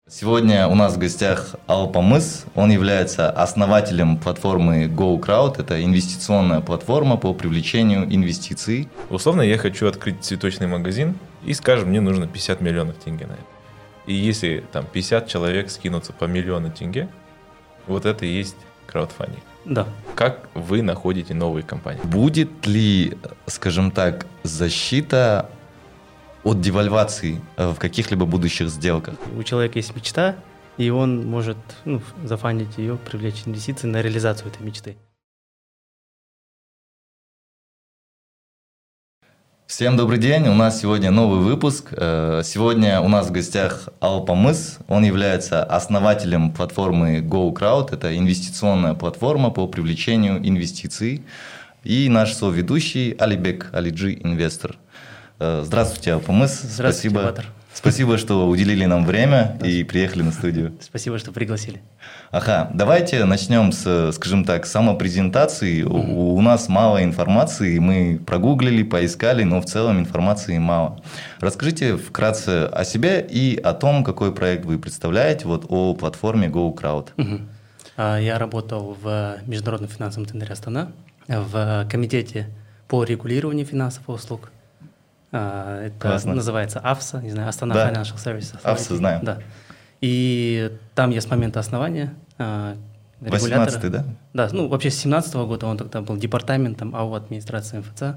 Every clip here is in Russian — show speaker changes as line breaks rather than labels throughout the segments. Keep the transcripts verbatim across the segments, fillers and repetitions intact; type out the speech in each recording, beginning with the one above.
Сегодня у нас в гостях Алпамыс. Он является основателем платформы GoCrowd. Это инвестиционная платформа по привлечению инвестиций.
Условно, я хочу открыть цветочный магазин, и, скажем, мне нужно пятьдесят миллионов тенге на это. И если там пятьдесят человек скинутся по миллиону тенге, вот это и есть краудфандинг.
Да.
Как вы находите новые компании?
Будет ли, скажем так, защита от девальвации в каких-либо будущих сделках?
У человека есть мечта, и он может ну, зафандить ее, привлечь инвестиции на реализацию этой мечты.
Всем добрый день, у нас сегодня новый выпуск. Сегодня у нас в гостях Алпамыс. Он является основателем платформы GoCrowd. Это инвестиционная платформа по привлечению инвестиций. И наш соведущий Алибек Алиджи, инвестор. Здравствуйте, Алпамыс.
Здравствуйте,
Спасибо.
Батыр.
Спасибо, что уделили нам время и приехали на студию.
Спасибо, что пригласили.
Ага, давайте начнем с, скажем так, самопрезентации. Mm-hmm. У, у нас мало информации, мы прогуглили, поискали, но в целом информации мало. Расскажите вкратце о себе и о том, какой проект вы представляете, вот о платформе GoCrowd.
Mm-hmm. Я работал в Международном финансовом центре Астана, в комитете по регулированию финансовых услуг. Это
Классно.
Называется АФСА, не знаю, Астана
да.
Financial Services.
АФСА знаю.
Да. И там я с момента основания регулятора.
восемнадцатый, да?
Да, ну вообще с семнадцатого года он тогда был департаментом АО администрации МФЦ.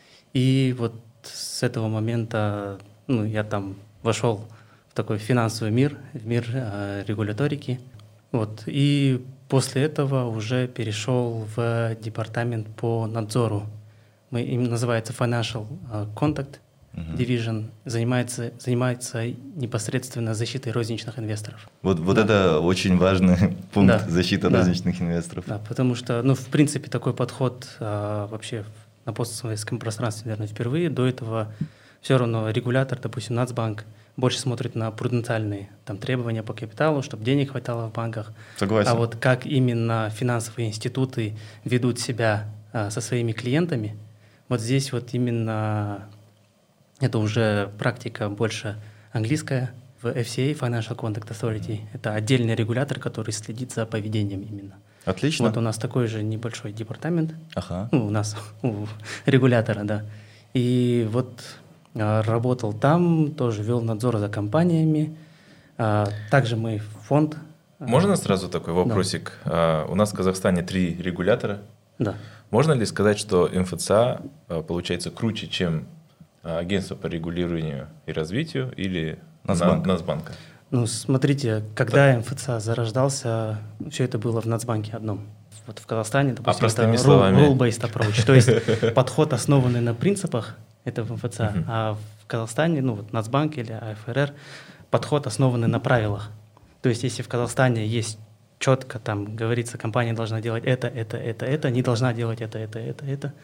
И вот с этого момента ну, я там вошел в такой финансовый мир, в мир э, регуляторики. Вот. И после этого уже перешел в департамент по надзору. Мы, им называется Financial Contact Division, занимается, занимается непосредственно защитой розничных инвесторов.
Вот, вот
да.
это очень важный пункт,
да.
защита
да.
розничных инвесторов.
Да, потому что, ну, в принципе, такой подход а, вообще на постсоветском пространстве, наверное, впервые. До этого все равно регулятор, допустим, Нацбанк, больше смотрит на пруденциальные там, требования по капиталу, чтобы денег хватало в банках.
Согласен.
А вот как именно финансовые институты ведут себя а, со своими клиентами, вот здесь вот именно это уже практика больше английская в эф си эй, Financial Conduct Authority. Это отдельный регулятор, который следит за поведением именно.
Отлично.
Вот у нас такой же небольшой департамент.
Ага.
Ну, у нас, у регулятора, да. И вот а, работал там, тоже вел надзор за компаниями. А, также мы фонд.
Можно сразу такой вопросик? Да. А, у нас в Казахстане три регулятора.
Да.
Можно ли сказать, что МФЦ получается круче, чем агентство по регулированию и развитию или
Нацбанк.
Нацбанка?
Ну, смотрите, когда так. МФЦ зарождался, все это было в Нацбанке одном. Вот в Казахстане, допустим,
а
это
словами.
rule-based approach, то есть подход, основанный на принципах, это в МФЦ, uh-huh. а в Казахстане, ну вот Нацбанк или а эф эр эр, подход, основанный на правилах. То есть если в Казахстане есть четко там говорится, компания должна делать это, это, это, это, не должна делать это, это, это, это,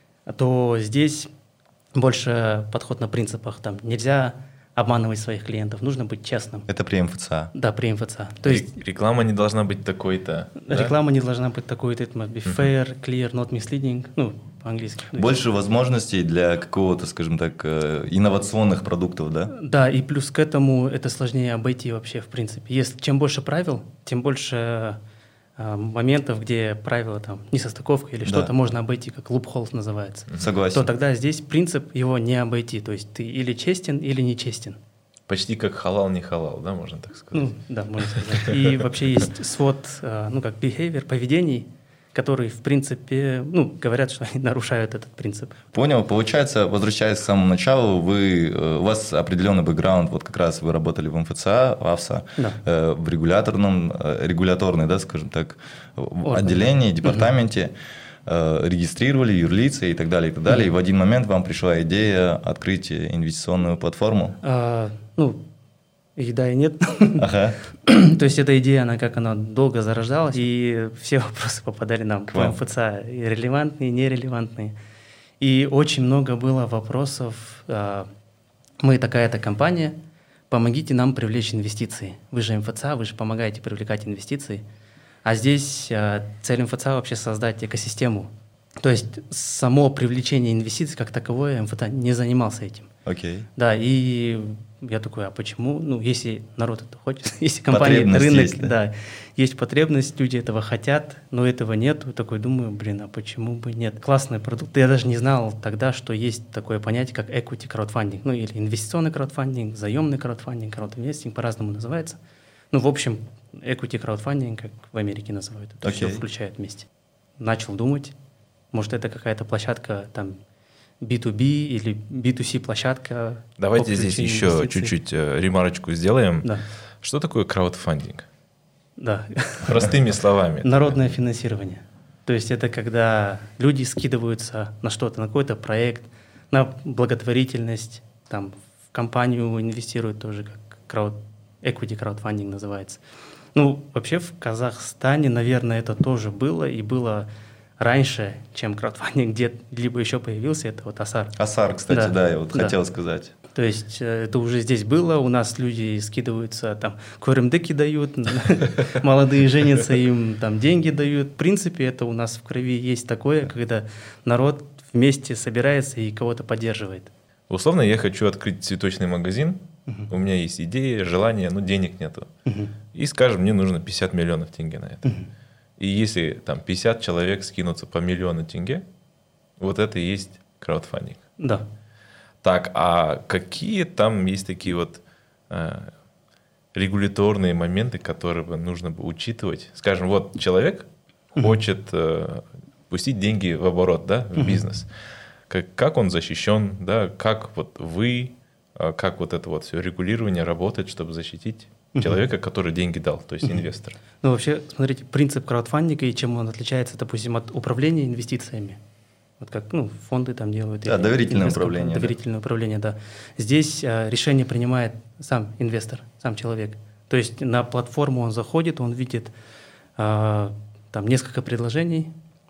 то здесь больше подход на принципах. Там нельзя обманывать своих клиентов, нужно быть честным.
Это при МФЦ?
Да, при МФЦ. То есть
реклама не должна быть такой-то.
Реклама
да?
не должна быть такой-то. Это be fair, clear, not misleading. Ну, по-английски.
Больше возможностей для какого-то, скажем так, инновационных продуктов, да?
Да, и плюс к этому это сложнее обойти вообще в принципе. Если чем больше правил, тем больше э, моментов, где правила там несостыковка или что-то
да.
можно обойти, как loopholes называется.
Согласен.
То тогда здесь принцип его не обойти. То есть ты или честен, или нечестен.
Почти как халал, не халал, да, можно так сказать?
Ну, да, можно сказать. И вообще есть свод, э, ну, как behavior, поведений, которые, в принципе, ну, говорят, что они нарушают этот принцип.
Понял. Получается, возвращаясь к самому началу, вы, у вас определенный бэкграунд, вот как раз вы работали в МФЦ, в АФСА,
да.
э, в регуляторном, регуляторной, да, скажем так,
Орган.
отделении, департаменте, угу. э, регистрировали юрлица и так далее, и так далее. Угу. И в один момент вам пришла идея открыть инвестиционную платформу.
А, ну, и да, и нет.
Ага.
То есть эта идея, она как она долго зарождалась, и все вопросы попадали нам в МФЦ, и релевантные, и нерелевантные. И очень много было вопросов. Мы такая-то компания, помогите нам привлечь инвестиции. Вы же МФЦ, вы же помогаете привлекать инвестиции. А здесь цель МФЦ вообще создать экосистему. То есть само привлечение инвестиций как таковое МФЦ не занимался этим.
Окей.
Да, и я такой, а почему? Ну, если народ это хочет, если компания, рынок,
есть, да?
да, есть потребность, люди этого хотят, но этого нет, такой думаю, блин, а почему бы нет? Классный продукт. Я даже не знал тогда, что есть такое понятие, как equity краудфандинг, ну, или инвестиционный краудфандинг, заемный краудфандинг, краудинвестинг, по-разному называется. Ну, в общем, equity краудфандинг, как в Америке называют, это
okay.
все включает вместе. Начал думать, может, это какая-то площадка, там, би ту би или би ту си площадка.
Давайте здесь еще инвестиций. чуть-чуть э, ремарочку сделаем.
Да.
Что такое краудфандинг?
Да.
Простыми словами.
Народное финансирование. То есть это когда люди скидываются на что-то, на какой-то проект, на благотворительность, там, в компанию инвестируют тоже, как крауд, equity краудфандинг называется. Ну, вообще в Казахстане, наверное, это тоже было, и было раньше, чем краудфандинг где-либо еще появился, это вот Асар.
Асар, кстати, да, да я вот да. хотел сказать.
То есть это уже здесь было, у нас люди скидываются, там, койрымдыки дают, молодые женятся, им там деньги дают. В принципе, это у нас в крови есть такое, когда народ вместе собирается и кого-то поддерживает.
Условно, я хочу открыть цветочный магазин, uh-huh. у меня есть идея, желание, но денег нету. Uh-huh. И, скажем, мне нужно пятьдесят миллионов тенге на это. Uh-huh. И если там пятьдесят человек скинутся по миллиону тенге, вот это и есть краудфандинг.
Да.
Так, а какие там есть такие вот э, регуляторные моменты, которые бы нужно бы учитывать? Скажем, вот человек uh-huh. хочет э, пустить деньги в оборот, да, в uh-huh. бизнес. Как, как он защищен, да, как вот вы, э, как вот это вот все регулирование работает, чтобы защитить человека, который деньги дал, то есть инвестора.
Ну, вообще, смотрите, принцип краудфандинга и чем он отличается, допустим, от управления инвестициями. Вот как, ну, фонды там делают.
Да, доверительное управление.
Доверительное да. управление, да. Здесь а, решение принимает сам инвестор, сам человек. То есть на платформу он заходит, он видит а, там несколько предложений,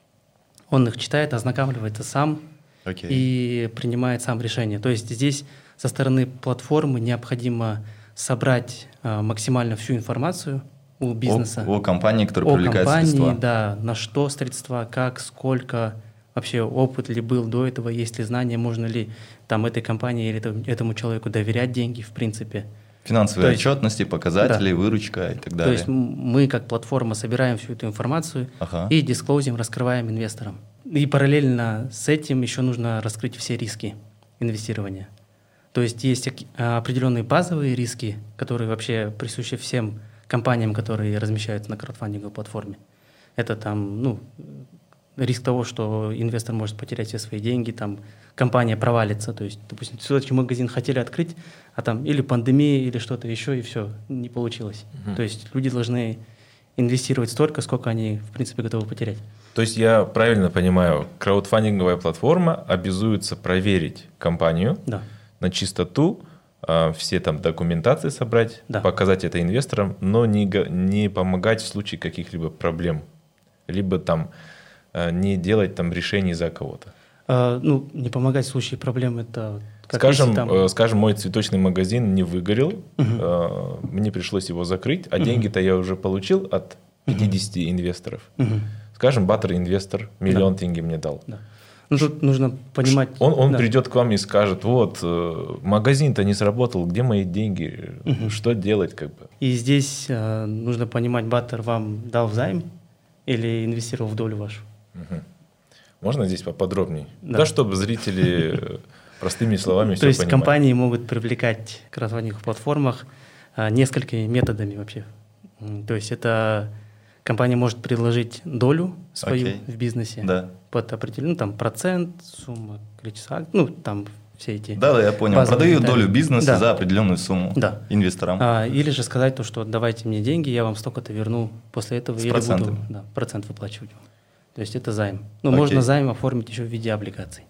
он их читает, ознакомливается сам okay. и принимает сам решение. То есть здесь со стороны платформы необходимо собрать а, максимально всю информацию у бизнеса.
О, о компании, которая привлекает
компании,
средства.
Да, на что средства, как, сколько, вообще опыт ли был до этого, есть ли знания, можно ли там этой компании или этому человеку доверять деньги, в принципе.
Финансовые есть, отчетности, показатели, да. выручка и так далее.
То есть мы как платформа собираем всю эту информацию ага. и дисклоузим, раскрываем инвесторам. И параллельно с этим еще нужно раскрыть все риски инвестирования. То есть есть определенные базовые риски, которые вообще присущи всем компаниям, которые размещаются на краудфандинговой платформе. Это там, ну, риск того, что инвестор может потерять все свои деньги, там компания провалится. То есть, допустим, цветочный магазин хотели открыть, а там или пандемия, или что-то еще, и все, не получилось. Uh-huh. То есть люди должны инвестировать столько, сколько они, в принципе, готовы потерять.
То есть я правильно понимаю, краудфандинговая платформа обязуется проверить компанию,
да.
на чистоту, все там документации собрать,
да.
показать это инвесторам, но не, не помогать в случае каких-либо проблем, либо там не делать там решений за кого-то.
А, ну, не помогать в случае проблем, это... Как
скажем,
там...
скажем, мой цветочный магазин не выгорел,
угу.
мне пришлось его закрыть, а угу. деньги-то я уже получил от пятидесяти угу. инвесторов.
Угу.
Скажем, баттер-инвестор миллион
да.
тенге мне дал.
Да. Ну, тут нужно понимать...
Он, он
да.
придет к вам и скажет, вот, магазин-то не сработал, где мои деньги, угу. что делать как бы?
И здесь э, нужно понимать, баттер вам дал займ или инвестировал в долю вашу?
Угу. Можно здесь поподробнее?
Да,
да чтобы зрители простыми словами все понимали.
То есть компании могут привлекать к краудфандинговых платформах э, несколькими методами вообще. То есть это... Компания может предложить долю свою okay. в бизнесе
да.
под определенный, ну, там, процент, сумма, количество, ну, там, все эти...
Да, да, я понял. Продаю долю бизнеса
да.
за определенную сумму
да.
инвесторам.
А, или же сказать то, что давайте мне деньги, я вам столько-то верну после этого.
С
или
процентами.
буду да, процент выплачивать вам. То есть это займ. Ну,
okay.
можно займ оформить еще в виде облигаций.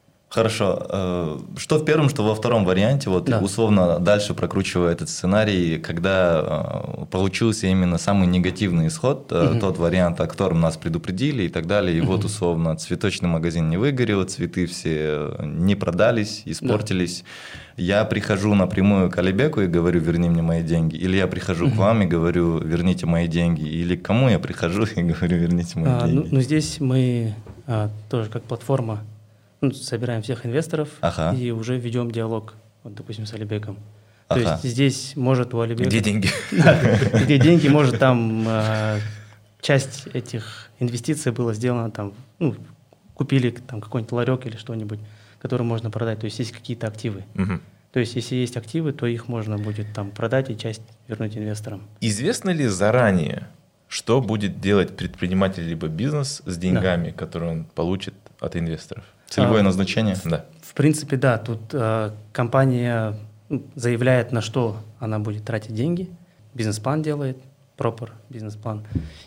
Хорошо. Что в первом, что во втором варианте, вот
да.
условно дальше прокручивая этот сценарий, когда получился именно самый негативный исход, угу. тот вариант, о котором нас предупредили и так далее, и угу. вот условно цветочный магазин не выгорел, цветы все не продались, испортились. Да. Я прихожу напрямую к Алибеку и говорю, верни мне мои деньги, или я прихожу угу. к вам и говорю, верните мои деньги, или к кому я прихожу и говорю, верните мои
а,
деньги.
Ну, ну здесь мы а, тоже как платформа, ну, собираем всех инвесторов
ага.
и уже ведем диалог, вот, допустим, с Алибеком. То
Ага.
есть здесь может у Алибека...
Где деньги?
Где деньги, может там э, часть этих инвестиций была сделана там, ну, купили там какой-нибудь ларек или что-нибудь, который можно продать. То есть есть какие-то активы.
Мгм.
То есть если есть активы, то их можно будет там продать и часть вернуть инвесторам.
Известно ли заранее, что будет делать предприниматель либо бизнес с деньгами, которые он получит от инвесторов?
Целевое
А,
назначение?
Да.
В принципе, да, тут э, компания ну, заявляет, на что она будет тратить деньги, бизнес-план делает, пропер бизнес-план.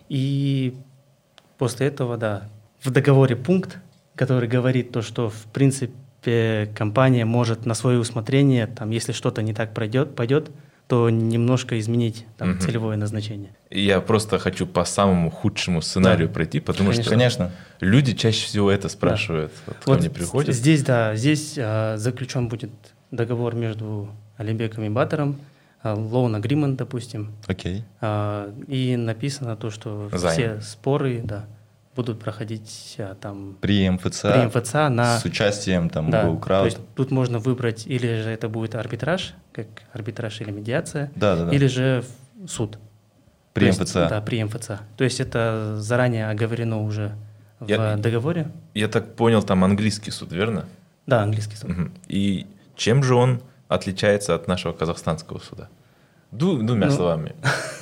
И после этого, да, в договоре пункт, который говорит то, что в принципе компания может на свое усмотрение, там, если что-то не так пройдет, пойдет, то немножко изменить там,
Мгм.
целевое назначение.
Я просто хочу по самому худшему сценарию
Да.
пройти, потому что
Конечно.
люди чаще всего это спрашивают. Вот ко
Вот
мне приходят.
здесь, да, здесь а, заключен будет договор между Алибеком и Батором, а, loan agreement, допустим,
Окей.
а, и написано то, что
Займ.
все споры, да, будут проходить а, там
При МФЦ,
при МФЦ на...
с участием там
Да, то
GoCrowd.
есть тут можно выбрать, или же это будет арбитраж, как арбитраж или медиация,
Да, да, да.
или же в- суд.
При
То есть,
МФЦ.
Да, при МФЦ. То есть это заранее оговорено уже в
Я-
договоре.
Я так понял, там английский суд, верно?
Да, английский суд.
Мгм. И чем же он отличается от нашего казахстанского суда? Ду- двумя
Ну,
словами.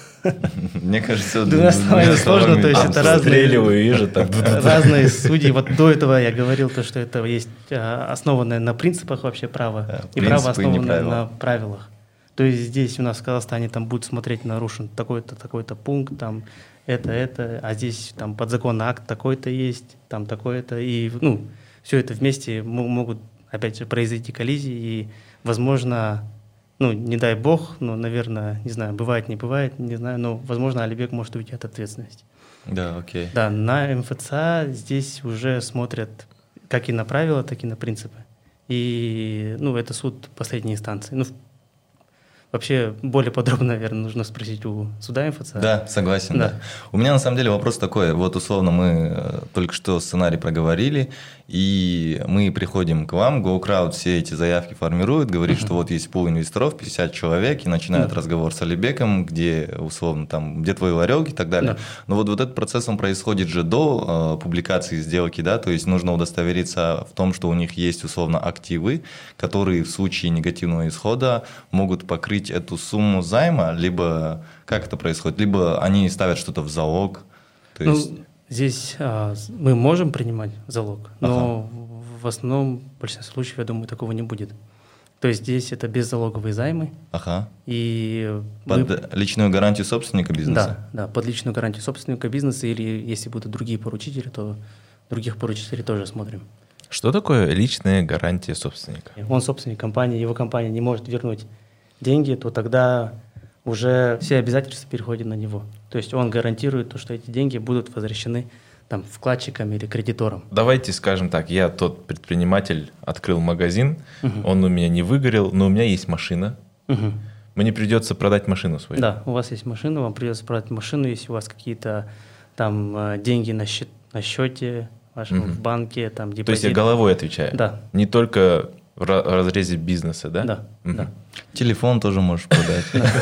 Мне кажется,
Двумя словами сложно, то есть это разные-
Стреливаю, вижу так.
Разные судьи. Вот до этого я говорил, то, что это есть а, основанное на принципах вообще права.
Да,
И право
принципы и не
основанное
правила.
на правилах. То есть здесь у нас в Казахстане там будет смотреть нарушен такой-то, такой-то пункт, там это, это, а здесь там подзаконный акт такой-то есть, там такой-то. И ну, все это вместе мо- могут, опять же, произойти коллизии. И, возможно, ну, не дай бог, но, наверное, не знаю, бывает, не бывает, не знаю, но, возможно, Алибек может уйти от ответственности.
Да, окей.
Да, на МФЦ здесь уже смотрят как и на правила, так и на принципы. И, ну, это суд последней инстанции. Ну, в- вообще, более подробно, наверное, нужно спросить у суда МФЦ.
Да, согласен. Да.
Да.
У меня на самом деле вопрос такой. Вот условно мы э, только что сценарий проговорили, и мы приходим к вам, GoCrowd все эти заявки формирует, говорит, что вот есть пул инвесторов, пятьдесят человек, и начинают
Да.
разговор с Алибеком, где условно там, где твой ларек и так далее.
Да.
Но вот, вот этот процесс, он происходит же до э, публикации сделки, да, то есть нужно удостовериться в том, что у них есть условно активы, которые в случае негативного исхода могут покрыть эту сумму займа, либо как это происходит, либо они ставят что-то в залог, то
Ну,
есть...
здесь а, с- мы можем принимать залог, но в- в основном, в большинстве случаев, я думаю, такого не будет. То есть здесь это беззалоговые займы,
Ага.
и мы-
Под личную гарантию собственника бизнеса?
Да, да, под личную гарантию собственника бизнеса, или если будут другие поручители, то других поручителей тоже смотрим.
Что такое личная гарантия собственника?
Он собственник компании, его компания не может вернуть деньги, то тогда уже все обязательства переходят на него. То есть он гарантирует то, что эти деньги будут возвращены там, вкладчикам или кредиторам.
Давайте скажем так, я тот предприниматель, открыл магазин,
Мгм.
он у меня не выгорел, но у меня есть машина.
Мгм.
Мне придется продать машину свою.
Да, у вас есть машина, вам придется продать машину, если у вас какие-то там э, деньги на, счет, на счете вашем
Мгм.
в банке, там депозит.
То есть я головой отвечаю?
Да.
Не только в ра- разрезе бизнеса, да?
Да,
Мгм.
да.
Телефон тоже можешь продать.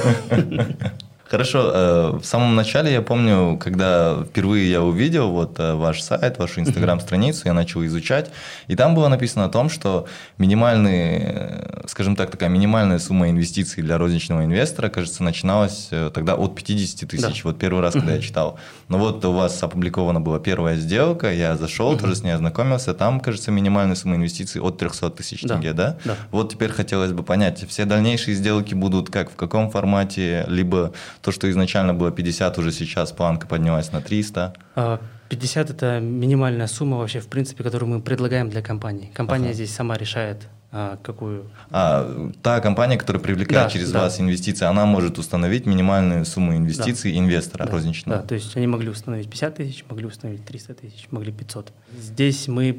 Хорошо, э, в самом начале я помню, когда впервые я увидел вот э, ваш сайт, вашу инстаграм-страницу, я начал изучать, и там было написано о том, что минимальный, э, скажем так, такая минимальная сумма инвестиций для розничного инвестора, кажется, начиналась э, тогда от пятидесяти тысяч,
Да.
вот первый раз, когда я читал. Но вот у вас опубликована была первая сделка, я зашел, тоже с ней ознакомился, там, кажется, минимальная сумма инвестиций от трехсот тысяч
Да.
тенге, да?
Да.
Вот теперь хотелось бы понять, все дальнейшие сделки будут как, в каком формате, либо то, что изначально было пятьдесят, уже сейчас планка поднялась на триста.
А, пятьдесят – это минимальная сумма вообще, в принципе, которую мы предлагаем для компании. Компания
Ага.
здесь сама решает, а, какую…
А та компания, которая привлекает
Да,
через
да.
вас инвестиции, она может установить минимальную сумму инвестиций инвестора
Да,
розничного.
Да, то есть они могли установить пятьдесят тысяч, могли установить триста тысяч, могли пятьсот. Здесь мы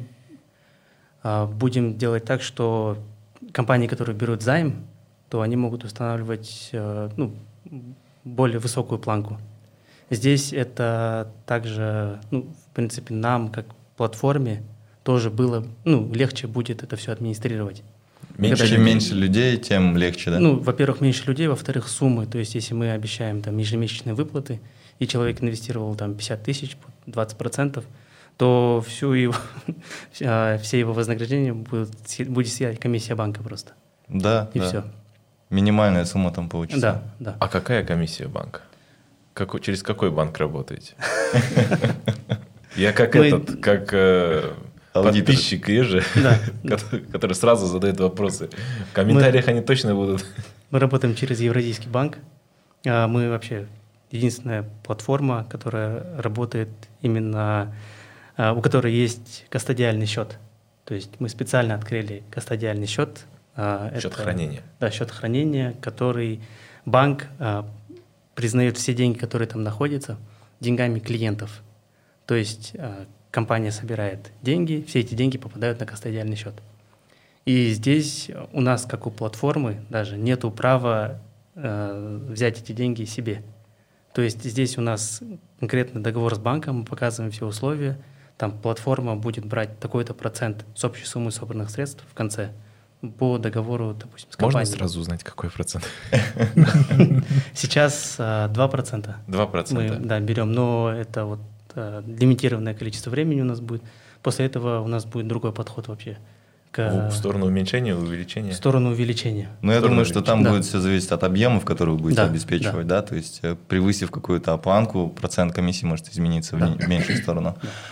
а, будем делать так, что компании, которые берут займ, то они могут устанавливать а, ну, более высокую планку. Здесь это также, ну, в принципе, нам, как платформе, тоже было, ну, легче будет это все администрировать.
Меньше,
когда
чем
люди-
меньше людей, тем легче, да?
Ну, во-первых, меньше людей, во-вторых, суммы. То есть, если мы обещаем там ежемесячные выплаты, и человек инвестировал там пятьдесят тысяч, двадцать процентов, то всю его, вся- все его вознаграждения будут, се- будет съедать комиссия банка просто.
Да,
И
да.
все.
Минимальная сумма там получится.
Да, да.
А какая комиссия банка? Какой, через какой банк работаете? Я как
Мы-
этот, как э,
Аудитор.
подписчик Ежи,
Да.
который- который сразу задает вопросы. В комментариях они точно будут.
Мы работаем через Евразийский банк. А, Мы вообще единственная платформа, которая работает именно, а, у которой есть кастодиальный счет. То есть мы специально открыли кастодиальный счет. а,
Счет
это-
хранения.
Да, счет хранения, который банк а, признает все деньги, которые там находятся, деньгами клиентов. То есть а, компания собирает деньги, все эти деньги попадают на кастодиальный счет. И здесь у нас, как у платформы, даже нету права э, взять эти деньги себе. То есть здесь у нас конкретный договор с банком, мы показываем все условия, там платформа будет брать такой-то процент с общей суммы собранных средств в конце по договору, допустим, с
Можно
компанией.
сразу узнать, какой процент?
Сейчас э, два процента.
Два
Мы
процента.
да, берем, но это вот э, лимитированное количество времени у нас будет. После этого у нас будет другой подход вообще к
В сторону уменьшения, увеличения?
в сторону увеличения.
Ну, я
Сторону
думаю, что там
Да.
будет все зависеть от объемов, которые вы будете
Да,
обеспечивать, да. То есть, э, превысив какую-то планку, процент комиссии может измениться в, не- в меньшую сторону.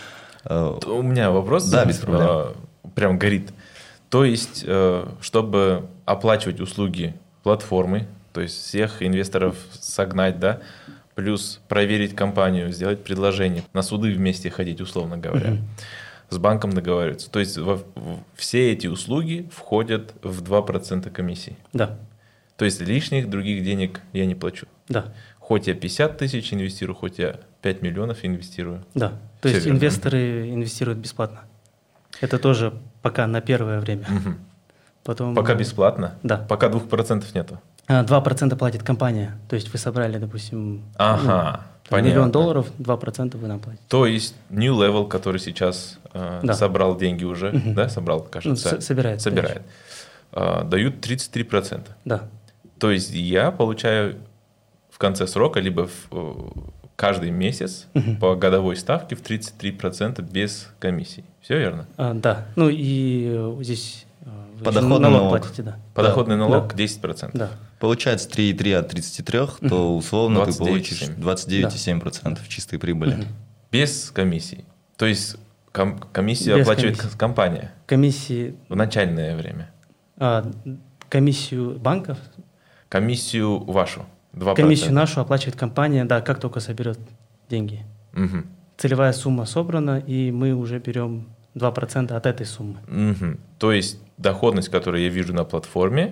Э,
У меня вопрос.
Да, без проблем.
э, Прям горит. То есть, э, чтобы оплачивать услуги платформы, то есть всех инвесторов согнать, да, плюс проверить компанию, сделать предложение, на суды вместе ходить, условно говоря,
Мгм.
с банком договариваться. То есть во- в- все эти услуги входят в два процента комиссии.
Да,
То есть лишних других денег я не плачу.
да,
Хоть я пятьдесят тысяч инвестирую, хоть я пять миллионов инвестирую.
да. То
Всё
есть
верно.
инвесторы инвестируют бесплатно. Это тоже пока на первое время.
Мгм.
Потом
Пока бесплатно?
Да.
Пока двух процентов нету?
А, два процента платит компания. То есть вы собрали, допустим,
Ага,
ну, там
понятно.
миллион долларов, два процента вы нам платите.
То есть New Level, который сейчас э,
Да.
собрал деньги уже,
Мгм.
да, собрал, кажется,
Ну, с- собирает,
собирает, э, дают тридцать три процента.
Да,
То есть я получаю в конце срока, либо в, э, каждый месяц
Мгм.
по годовой ставке в тридцать три процента без комиссий. Все верно?
А, да. Ну и э, здесь э, вы
Подоходный
налог,
налог.
платите, да.
Подоходный налог
Да.
десять процентов.
Да,
Получается три и три от тридцати трёх, то условно ты
двадцать девять и
получишь
семь.
двадцать девять и семь процентов чистой прибыли.
Мгм.
Без комиссий. То есть ком- комиссию
Без
оплачивает
комиссий.
компания
комиссии,
в начальное время.
а, комиссию банков,
Комиссию вашу два процента.
комиссию нашу оплачивает компания, да, как только соберет деньги.
Мгм.
Целевая сумма собрана, и мы уже берем два процента от этой суммы.
Мгм. То есть доходность, которую я вижу на платформе,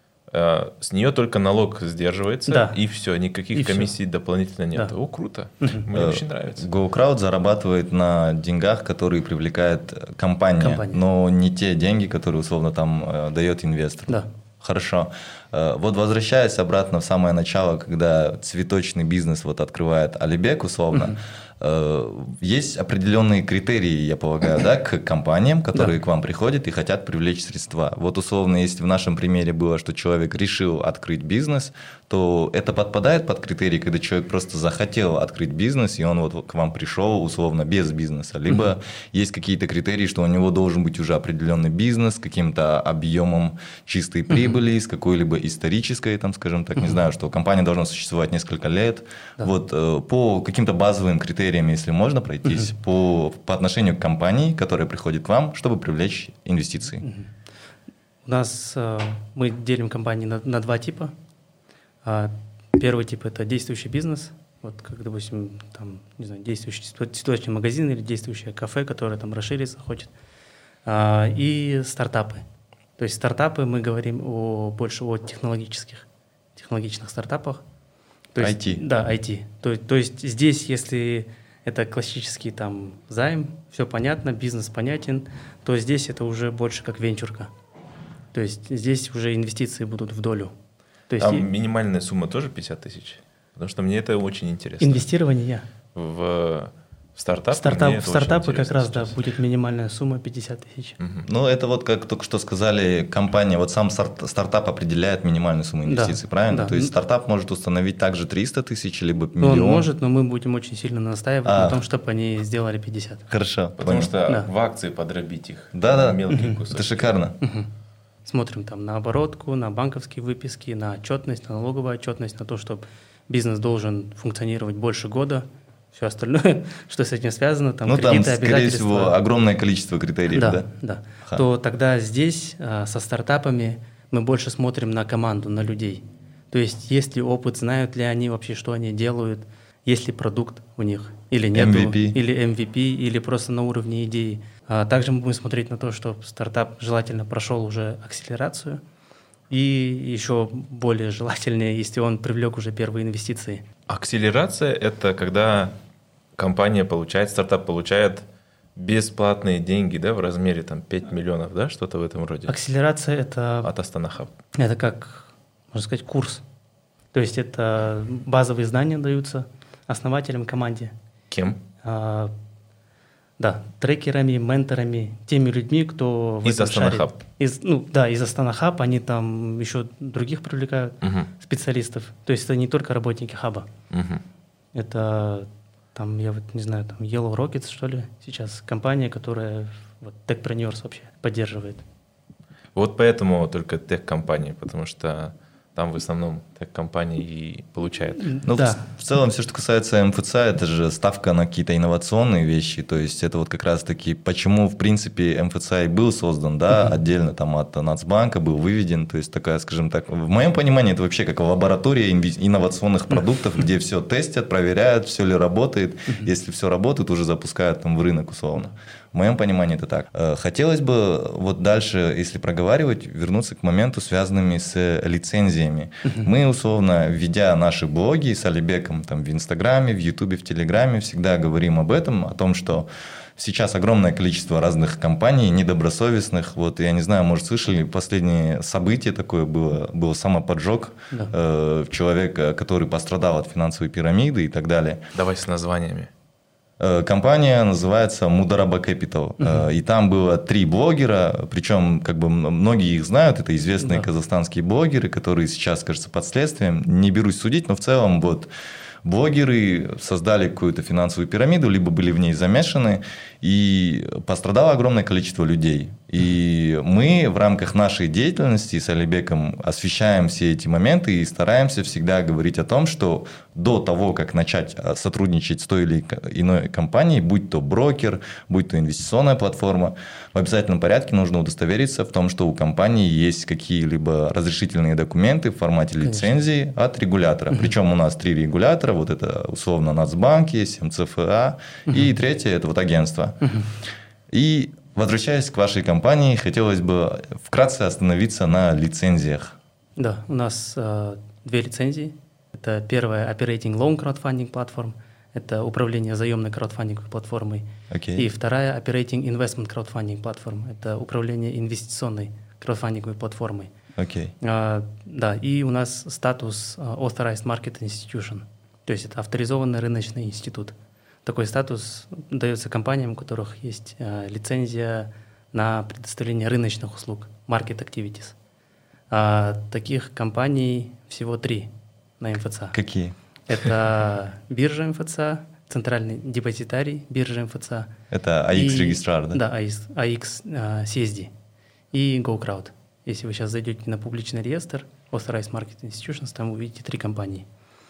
э, с нее только налог сдерживается,
Да.
и все, никаких
И всё.
комиссий дополнительно нет.
Да.
О, круто.
Мгм.
Мне
Э,
очень нравится.
GoCrowd зарабатывает на деньгах, которые привлекает э, компания,
Компания.
но не те деньги, которые условно там э, дает инвестор.
Да.
Хорошо. Э, Вот возвращаясь обратно в самое начало, когда цветочный бизнес вот открывает Алибек условно, э, есть определенные критерии, я полагаю, да, к компаниям, которые
Да.
к вам приходят и хотят привлечь средства. Вот условно, если в нашем примере было, что человек решил открыть бизнес, то это подпадает под критерии, когда человек просто захотел открыть бизнес, и он вот к вам пришел условно без бизнеса. Либо есть какие-то критерии, что у него должен быть уже определенный бизнес с каким-то объемом чистой прибыли, с какой-либо исторической, там, скажем так, не знаю, что компания должна существовать несколько лет.
Да.
Вот э, по каким-то базовым критериям, если можно пройтись, по, по отношению к компании, которая приходит к вам, чтобы привлечь инвестиции.
У нас э, мы делим компании на, на два типа. А, Первый тип – это действующий бизнес, вот как, допустим, там, не знаю, действующий цвето- цветочный магазин или действующее кафе, которое там расшириться хочет, А, и стартапы. То есть стартапы мы говорим о, больше о технологических, технологичных стартапах. То есть,
ай ти.
Да, ай ти. То, то есть здесь, если это классический там займ, все понятно, бизнес понятен, то здесь это уже больше как венчурка. То есть здесь уже инвестиции будут в долю. То есть
Там
и-
минимальная сумма тоже пятьдесят тысяч? Потому что мне это очень интересно.
инвестирование.
В, Стартап,
Стартап,
мне это очень
стартапы как
интересно
раз, да,
сейчас.
будет минимальная сумма пятьдесят тысяч.
Мгм.
Ну, это вот, как только что сказали, компания, вот сам старт- стартап определяет минимальную сумму
Да,
инвестиций, правильно?
да.
То есть стартап может установить также триста тысяч, либо
Ну,
миллион.
он может, но мы будем очень сильно настаивать
А.
на том, чтобы они сделали пятьдесят.
Хорошо,
Потому
понял.
что
Да.
в акции подробить их
Да-да.
на мелкие кусочки.
Это шикарно.
Смотрим там на оборотку, на банковские выписки, на отчетность, на налоговую отчетность, на то, что бизнес должен функционировать больше года, все остальное, что с этим связано, там
Ну, там,
кредиты,
скорее
обязательства.
всего, огромное количество критериев, да?
Да, да.
Ага.
То тогда здесь а, со стартапами мы больше смотрим на команду, на людей. То есть есть ли опыт, знают ли они вообще, что они делают, есть ли продукт у них или нет,
эм ви пи.
или эм ви пи, или просто на уровне идеи. А также мы будем смотреть на то, что стартап желательно прошел уже акселерацию, и еще более желательнее, если он привлек уже первые инвестиции.
Акселерация – это когда компания получает, стартап получает бесплатные деньги, да, в размере там пять миллионов, да, что-то в этом роде.
Акселерация – это,
От Астана Хаб.
это как, можно сказать, курс. То есть это базовые знания даются основателям команде.
Кем?
А, да, трекерами, менторами, теми людьми, кто в
Из
этом
Астана
шарит.
Хаб.
Из, ну, да, из Астана Хаб, они там еще других привлекают
Мгм.
специалистов. То есть это не только работники хаба.
Мгм.
Это там, я вот не знаю, там Yellow Rockets, что ли, сейчас компания, которая вот Techpreneurs вообще поддерживает.
Вот поэтому только тех-компании, потому что там в основном тех-компании и получают.
Ну,
да.
в, в целом, все, что касается эм эф цэ, это же ставка на какие-то инновационные вещи. То есть это вот как раз-таки, почему, в принципе, эм эф цэ и был создан, да, отдельно там от Нацбанка был выведен. То есть такая, скажем так, в моем понимании, это вообще как лаборатория инви- инновационных продуктов, где все тестят, проверяют, все ли работает. Если все работает, уже запускают там в рынок условно. В моем понимании это так. Э, Хотелось бы вот дальше, если проговаривать, вернуться к моменту, связанными с э, лицензиями. Мы, условно, ведя наши блоги с Алибеком там, в Инстаграме, в Ютубе, в Телеграме, всегда говорим об этом, о том, что сейчас огромное количество разных компаний недобросовестных. Вот, я не знаю, может, слышали, последнее событие такое было, был самоподжог
Да.
э, человека, который пострадал от финансовой пирамиды и так далее.
Давай с названиями.
Э, Компания называется Мудараба Capital. Э, И там было три блогера, причем как бы м- многие их знают, это известные
Да.
казахстанские блогеры, которые сейчас, кажется, под следствием. Не берусь судить, но в целом вот блогеры создали какую-то финансовую пирамиду, либо были в ней замешаны, и пострадало огромное количество людей. И мы в рамках нашей деятельности с Алибеком освещаем все эти моменты и стараемся всегда говорить о том, что до того, как начать сотрудничать с той или иной компанией, будь то брокер, будь то инвестиционная платформа, в обязательном порядке нужно удостовериться в том, что у компании есть какие-либо разрешительные документы в формате
Конечно.
лицензии от регулятора. Причем у нас три регулятора, вот это условно Нацбанк есть, эм цэ эф а, и третье это вот агентство. И возвращаясь к вашей компании, хотелось бы вкратце остановиться на лицензиях.
Да, у нас э, две лицензии. Это первая Operating Loan Crowdfunding Platform, это управление заемной краудфандинговой платформой.
Окей.
И вторая Operating Investment Crowdfunding Platform, это управление инвестиционной краудфандинговой платформой.
Окей.
А, да, и у нас статус а, Authorized Market Institution, то есть это авторизованный рыночный институт. Такой статус дается компаниям, у которых есть а, лицензия на предоставление рыночных услуг, Market Activities. А, таких компаний всего три на эм эф цэ.
Какие?
Это биржа эм эф цэ, центральный депозитарий биржи эм эф цэ.
Это эй икс
и-
регистрар, да?
Да, эй икс, эй икс а, си эс ди и GoCrowd. Если вы сейчас зайдете на публичный реестр Authorized Market Institutions, там увидите три компании.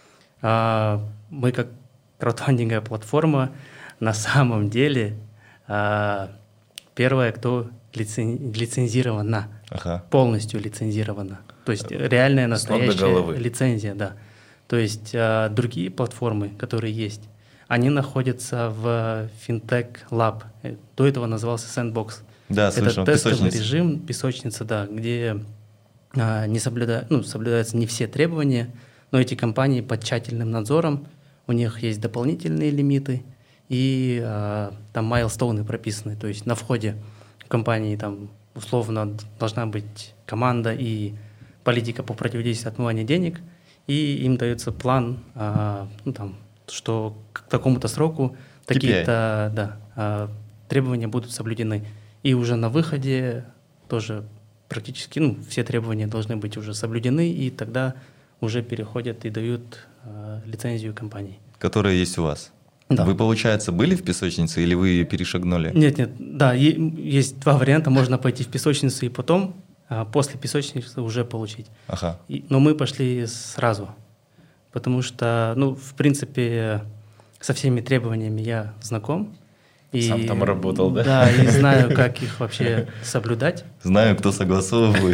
А, мы как краудфандинговая платформа на самом деле а, первая, кто лицен- лицензирована,
Ага.
полностью лицензирована. То есть реальная
С ног до
настоящая
головы.
лицензия, да. То есть а, другие платформы, которые есть, они находятся в FinTech Lab. Э, До этого назывался Sandbox.
Да,
Это
слышал,
тестовый
песочница.
режим, песочница, да, где а, не соблюда... ну, соблюдаются не все требования, но эти компании под тщательным надзором, у них есть дополнительные лимиты, и а, там майлстоуны прописаны, то есть на входе в компании там условно должна быть команда и политика по противодействию отмыванию денег, и им дается план, а, ну, там, что к такому-то сроку такие-то да, а, требования будут соблюдены. И уже на выходе тоже практически ну, все требования должны быть уже соблюдены, и тогда уже переходят и дают а, лицензию компании.
Которая есть у вас?
Да.
Вы, получается, были в песочнице или вы ее перешагнули?
Нет, нет, да, есть два варианта. Можно пойти в песочницу и потом, а после песочницы уже получить.
Ага.
И, но мы пошли сразу, потому что, ну, в принципе, со всеми требованиями я знаком. И,
сам там работал, да?
Да, и знаю, как их вообще соблюдать.
Знаю, кто согласовывает.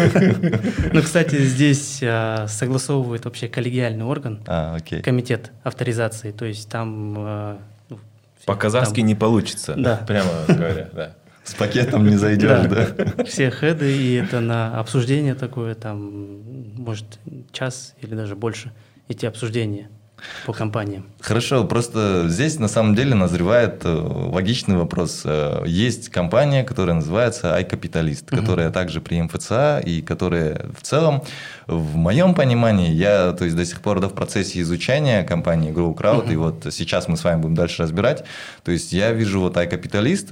Ну, кстати, здесь а, согласовывает вообще коллегиальный орган,
а, окей.
комитет авторизации, то есть там... А, ну,
по-казахски
там...
не получится,
да.
прямо говоря, да.
С пакетом не зайдешь, да?
да? Все хеды, и это на обсуждение такое, там, может, час или даже больше эти обсуждения по компаниям.
Хорошо, просто здесь на самом деле назревает э, логичный вопрос. Э, есть компания, которая называется iCapitalist, uh-huh. которая также при эм эф цэ а и которая в целом, в моем понимании, я то есть, до сих пор да, в процессе изучения компании GrowCrowd, uh-huh. и вот сейчас мы с вами будем дальше разбирать. То есть я вижу вот iCapitalist,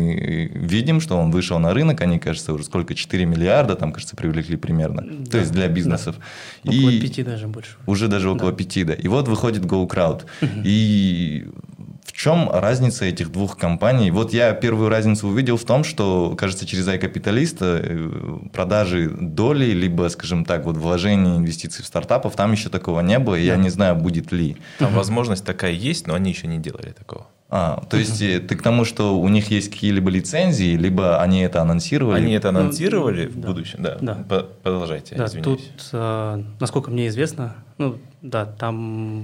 мы видим, что он вышел на рынок, они, кажется, уже сколько, четыре миллиарда, там, кажется, привлекли примерно, да. то есть для бизнесов.
Да.
И
около пяти даже больше.
Уже даже около
да.
пяти, да. И вот выходит GoCrowd. Uh-huh. И в чем разница этих двух компаний? Вот я первую разницу увидел в том, что, кажется, через iCapitalist продажи доли, либо, скажем так, вот вложения инвестиций в стартапов, там еще такого не было, и да. я не знаю, будет ли.
Там возможность такая есть, но они еще не делали такого.
А, то есть uh-huh. ты к тому, что у них есть какие-либо лицензии, либо они это анонсировали?
Они это анонсировали ну, в
да.
будущем, да.
да.
Продолжайте,
да,
извиняюсь.
Тут, а, насколько мне известно, ну да, там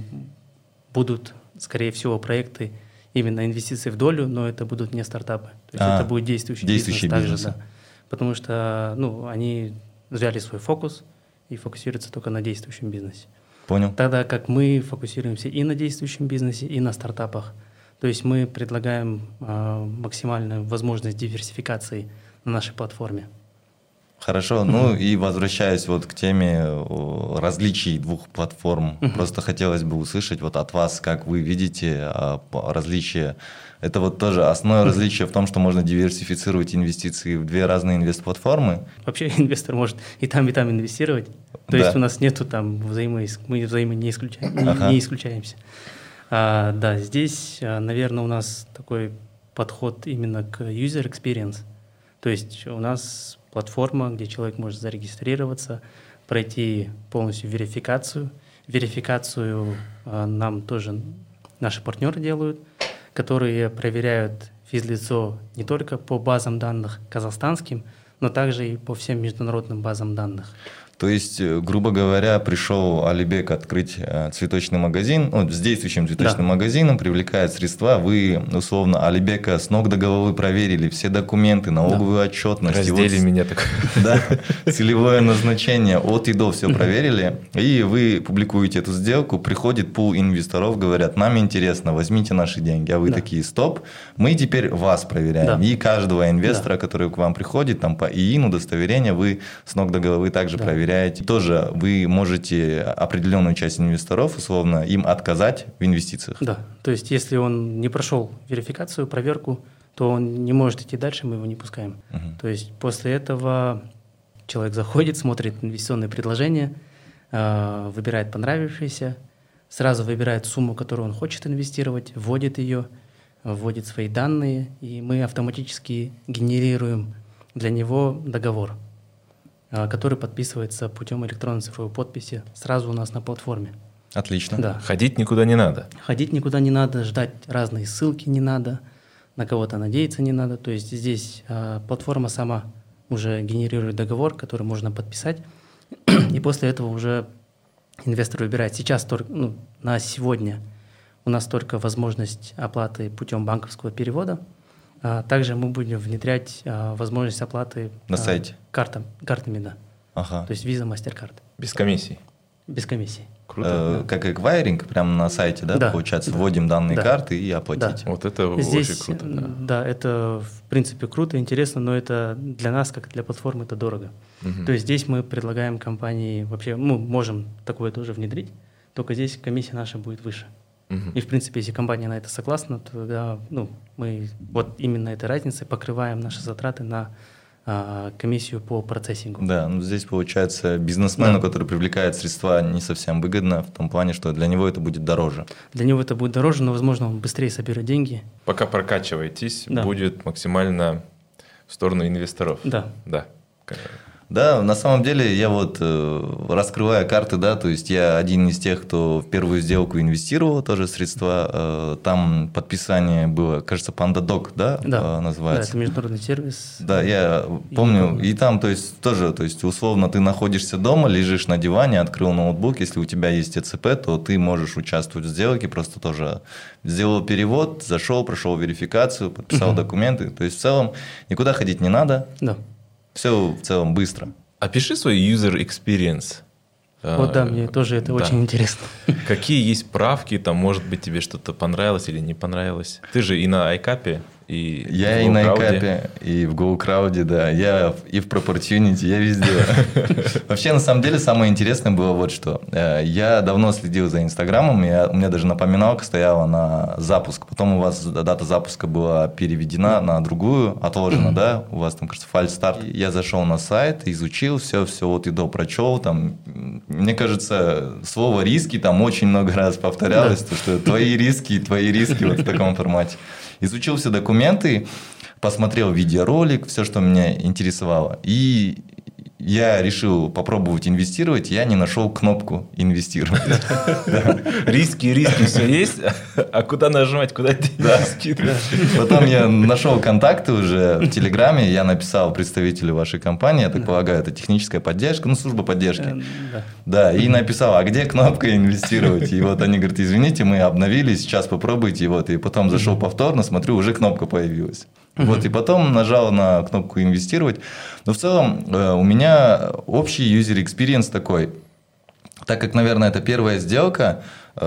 будут, скорее всего, проекты именно инвестиции в долю, но это будут не стартапы. То есть а, это будет действующий,
действующий
бизнес.
бизнес.
Также, да. Потому что ну, они взяли свой фокус и фокусируются только на действующем бизнесе.
Понял.
Тогда как мы фокусируемся и на действующем бизнесе, и на стартапах. То есть мы предлагаем э, максимальную возможность диверсификации на нашей платформе.
Хорошо, mm-hmm. ну и возвращаясь вот к теме различий двух платформ, mm-hmm. просто хотелось бы услышать вот от вас, как вы видите различия. Это вот тоже основное mm-hmm. различие в том, что можно диверсифицировать инвестиции в две разные инвестплатформы.
Вообще инвестор может и там, и там инвестировать. То да. есть у нас нету там взаимоис... мы взаимо не, исключаем... ага. не исключаемся. А, да, здесь, наверное, у нас такой подход именно к user experience. То есть у нас платформа, где человек может зарегистрироваться, пройти полностью верификацию. Верификацию а, нам тоже наши партнеры делают, которые проверяют физлицо не только по базам данных казахстанским, но также и по всем международным базам данных.
То есть, грубо говоря, пришел Алибек открыть цветочный магазин, ну, с действующим цветочным да. магазином, привлекает средства, вы, условно, Алибека с ног до головы проверили все документы, налоговую да. отчетность.
Раздели вот, меня так.
Да, целевое назначение, от и до все проверили, и вы публикуете эту сделку, приходит пул инвесторов, говорят, нам интересно, возьмите наши деньги, а вы да. такие, стоп, мы теперь вас проверяем. Да. И каждого инвестора, да. который к вам приходит, там по ИИН, удостоверение, вы с ног до головы также да. проверяете. Тоже вы можете определенную часть инвесторов, условно, им отказать в инвестициях.
Да, то есть если он не прошел верификацию, проверку, то он не может идти дальше, мы его не пускаем. Угу. То есть после этого человек заходит, смотрит инвестиционные предложения, выбирает понравившиеся, сразу выбирает сумму, которую он хочет инвестировать, вводит ее, вводит свои данные, и мы автоматически генерируем для него договор, который подписывается путем электронной цифровой подписи сразу у нас на платформе.
Отлично.
Да.
Ходить никуда не надо.
Ходить никуда не надо, ждать разные ссылки не надо, на кого-то надеяться не надо. То есть здесь а, платформа сама уже генерирует договор, который можно подписать, и после этого уже инвестор выбирает. Сейчас только, ну, на сегодня у нас только возможность оплаты путем банковского перевода. А также мы будем внедрять а, возможность оплаты
на
а,
сайте
картам, картами, да.
Ага.
То есть Visa, MasterCard.
Без комиссий.
Без комиссий.
Круто.
Э,
да.
Как эквайринг, прямо на сайте, да,
да
получается,
да.
вводим данные
да.
карты и оплатить.
Да.
Вот это
Здесь,
очень круто. Да.
да, это в принципе круто, интересно, но это для нас, как для платформы, это дорого.
Угу.
То есть здесь мы предлагаем компании вообще, мы можем такое тоже внедрить, только здесь комиссия наша будет выше. Uh-huh. И, в принципе, если компания на это согласна, то да, ну, мы вот именно этой разницей покрываем наши затраты на а, комиссию по процессингу.
Да, ну здесь получается бизнесмену, да. который привлекает средства, не совсем выгодно, в том плане, что для него это будет дороже.
Для него это будет дороже, но, возможно, он быстрее соберет деньги.
Пока прокачиваетесь, да. будет максимально в сторону инвесторов.
Да.
Да.
Да, на самом деле я вот э, раскрывая карты, да, то есть я один из тех, кто в первую сделку инвестировал тоже средства, э, там подписание было, кажется, PandaDoc, да,
да.
э, называется?
Да, это международный сервис.
Да, я помню, и, и там, то есть тоже, то есть условно ты находишься дома, лежишь на диване, открыл ноутбук, если у тебя есть ЭЦП, то ты можешь участвовать в сделке, просто тоже сделал перевод, зашел, прошел верификацию, подписал угу. документы, то есть в целом никуда ходить не надо.
Да.
Все в целом быстро.
Опиши свой user experience.
Вот да, мне тоже это да. очень интересно.
Какие есть правки, там, может быть, тебе что-то понравилось или не понравилось? Ты же и на iCap, и
я
в
и на iCap, и в GoCrowd, да. Я и в Proportunity, я везде. Вообще, на самом деле, самое интересное было вот что. Я давно следил за Инстаграмом, у меня даже напоминалка стояла на запуск. Потом у вас дата запуска была переведена на другую, отложена, да? У вас там, кажется, фальстарт. Я зашел на сайт, изучил все, все от и до прочел. Там, мне кажется, слово «риски» там очень много раз повторялось, то, что твои риски, твои риски вот в таком формате. Изучил все документы, посмотрел видеоролик, все, что меня интересовало. И я решил попробовать инвестировать, я не нашел кнопку инвестировать.
Риски, риски, все есть, а куда нажимать, куда
скидывать? Потом я нашел контакты уже в Телеграме, я написал представителю вашей компании, я так полагаю, это техническая поддержка, ну, служба поддержки. Да, и написал, а где кнопка инвестировать? И вот они говорят, извините, мы обновили, сейчас попробуйте. И вот, и потом зашел повторно, смотрю, уже кнопка появилась. Вот, и потом нажал на кнопку «Инвестировать». Но в целом э, у меня общий user experience такой. Так как, наверное, это первая сделка,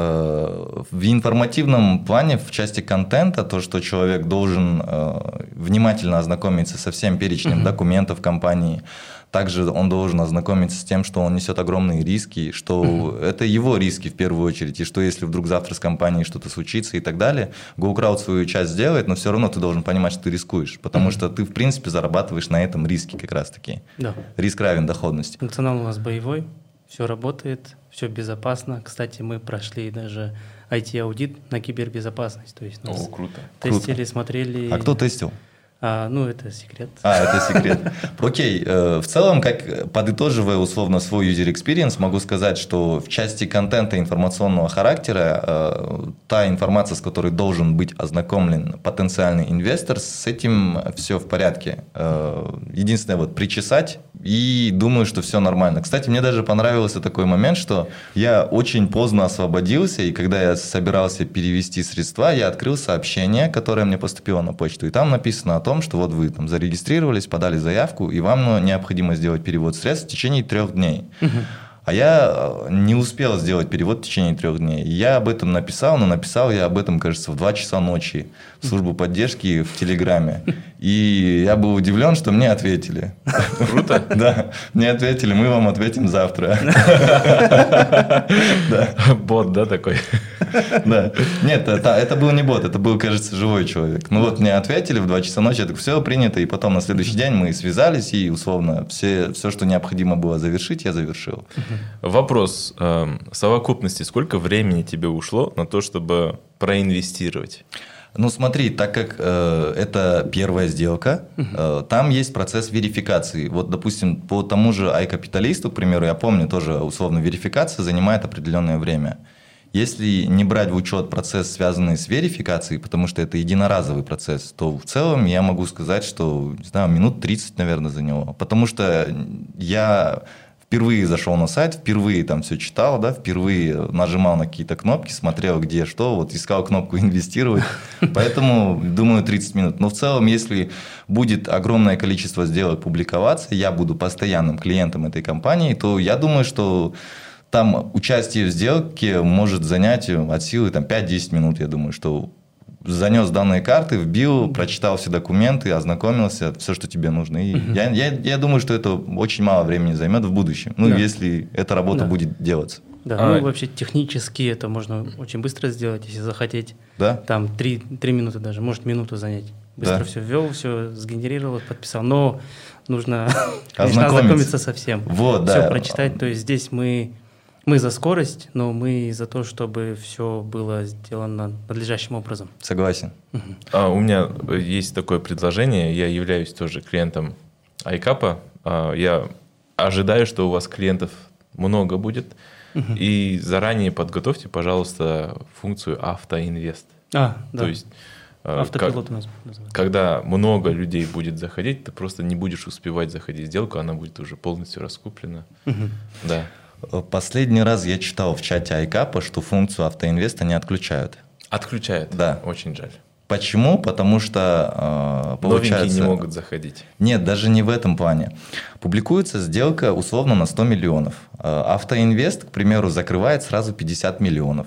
э, в информативном плане, в части контента, то, что человек должен э, внимательно ознакомиться со всем перечнем uh-huh. документов компании, также он должен ознакомиться с тем, что он несет огромные риски, что uh-huh. это его риски в первую очередь, и что если вдруг завтра с компанией что-то случится и так далее, GoCrowd свою часть сделает, но все равно ты должен понимать, что ты рискуешь, потому uh-huh. что ты, в принципе, зарабатываешь на этом риске как раз-таки.
Да.
Риск равен доходности.
Функционал у нас боевой, все работает, все безопасно. Кстати, мы прошли даже ай ти-аудит на кибербезопасность. То есть нас
О, круто.
тестили,
круто.
смотрели.
А кто тестил?
А, ну, это секрет.
А, это секрет. Окей. В целом, как подытоживая условно свой user experience, могу сказать, что в части контента информационного характера та информация, с которой должен быть ознакомлен потенциальный инвестор, с этим все в порядке. Единственное, вот причесать, и думаю, что все нормально. Кстати, мне даже понравился такой момент, что я очень поздно освободился, и когда я собирался перевести средства, я открыл сообщение, которое мне поступило на почту, и там написано о том, что вот вы там зарегистрировались, подали заявку, и вам необходимо сделать перевод средств в течение трех дней. Угу. А я не успел сделать перевод в течение трех дней. Я об этом написал, но написал я об этом, кажется, в два часа ночи в службу поддержки в Телеграме. И я был удивлен, что мне ответили.
Круто.
Да, мне ответили, мы вам ответим завтра.
Бот, да, такой?
Да. Нет, это, это был не бот, это был, кажется, живой человек. Ну вот мне ответили в два часа ночи, я так, все принято, и потом на следующий день мы связались, и условно все, все, что необходимо было завершить, я завершил.
Вопрос. Э, совокупности, сколько времени тебе ушло на то, чтобы проинвестировать?
Ну смотри, так как э, это первая сделка, э, там есть процесс верификации. Вот, допустим, по тому же iCapitalist, к примеру, я помню, тоже условно верификация занимает определенное время. Если не брать в учет процесс, связанный с верификацией, потому что это единоразовый процесс, то в целом я могу сказать, что, не знаю, минут тридцать, наверное, за него. Потому что я впервые зашел на сайт, впервые там все читал, да, впервые нажимал на какие-то кнопки, смотрел, где что, вот искал кнопку «Инвестировать». Поэтому, думаю, тридцать минут. Но в целом, если будет огромное количество сделок публиковаться, я буду постоянным клиентом этой компании, то я думаю, что там участие в сделке может занять от силы там, пять-десять минут, я думаю, что занес данные карты, вбил, прочитал все документы, ознакомился, все, что тебе нужно. И uh-huh. я, я, я думаю, что это очень мало времени займет в будущем, ну, да. если эта работа да. будет делаться.
Да,
А.
ну вообще технически это можно очень быстро сделать, если захотеть.
Да?
Там три, три минуты даже, может минуту занять. Быстро
Да.
все ввел, все сгенерировал, подписал. Но нужно
Ознакомиться.
ознакомиться со всем.
Вот,
Все
да.
прочитать. То есть здесь мы, мы за скорость, но мы за то, чтобы все было сделано надлежащим образом.
Согласен.
А, у меня есть такое предложение. Я являюсь тоже клиентом iCap. А, я ожидаю, что у вас клиентов много будет. И заранее подготовьте, пожалуйста, функцию автоинвест.
А, да.
То есть, а,
Автопилот
как-
у нас называется.
когда много людей будет заходить, ты просто не будешь успевать заходить в сделку, она будет уже полностью раскуплена.
Мгм.
Да.
Последний раз я читал в чате iCap, что функцию автоинвеста не отключают.
Отключает.
Да.
Очень жаль.
Почему? Потому что э, получается...
Новенькие не могут заходить.
Нет, даже не в этом плане. Публикуется сделка условно на сто миллионов. Э, Автоинвест, к примеру, закрывает сразу пятьдесят миллионов.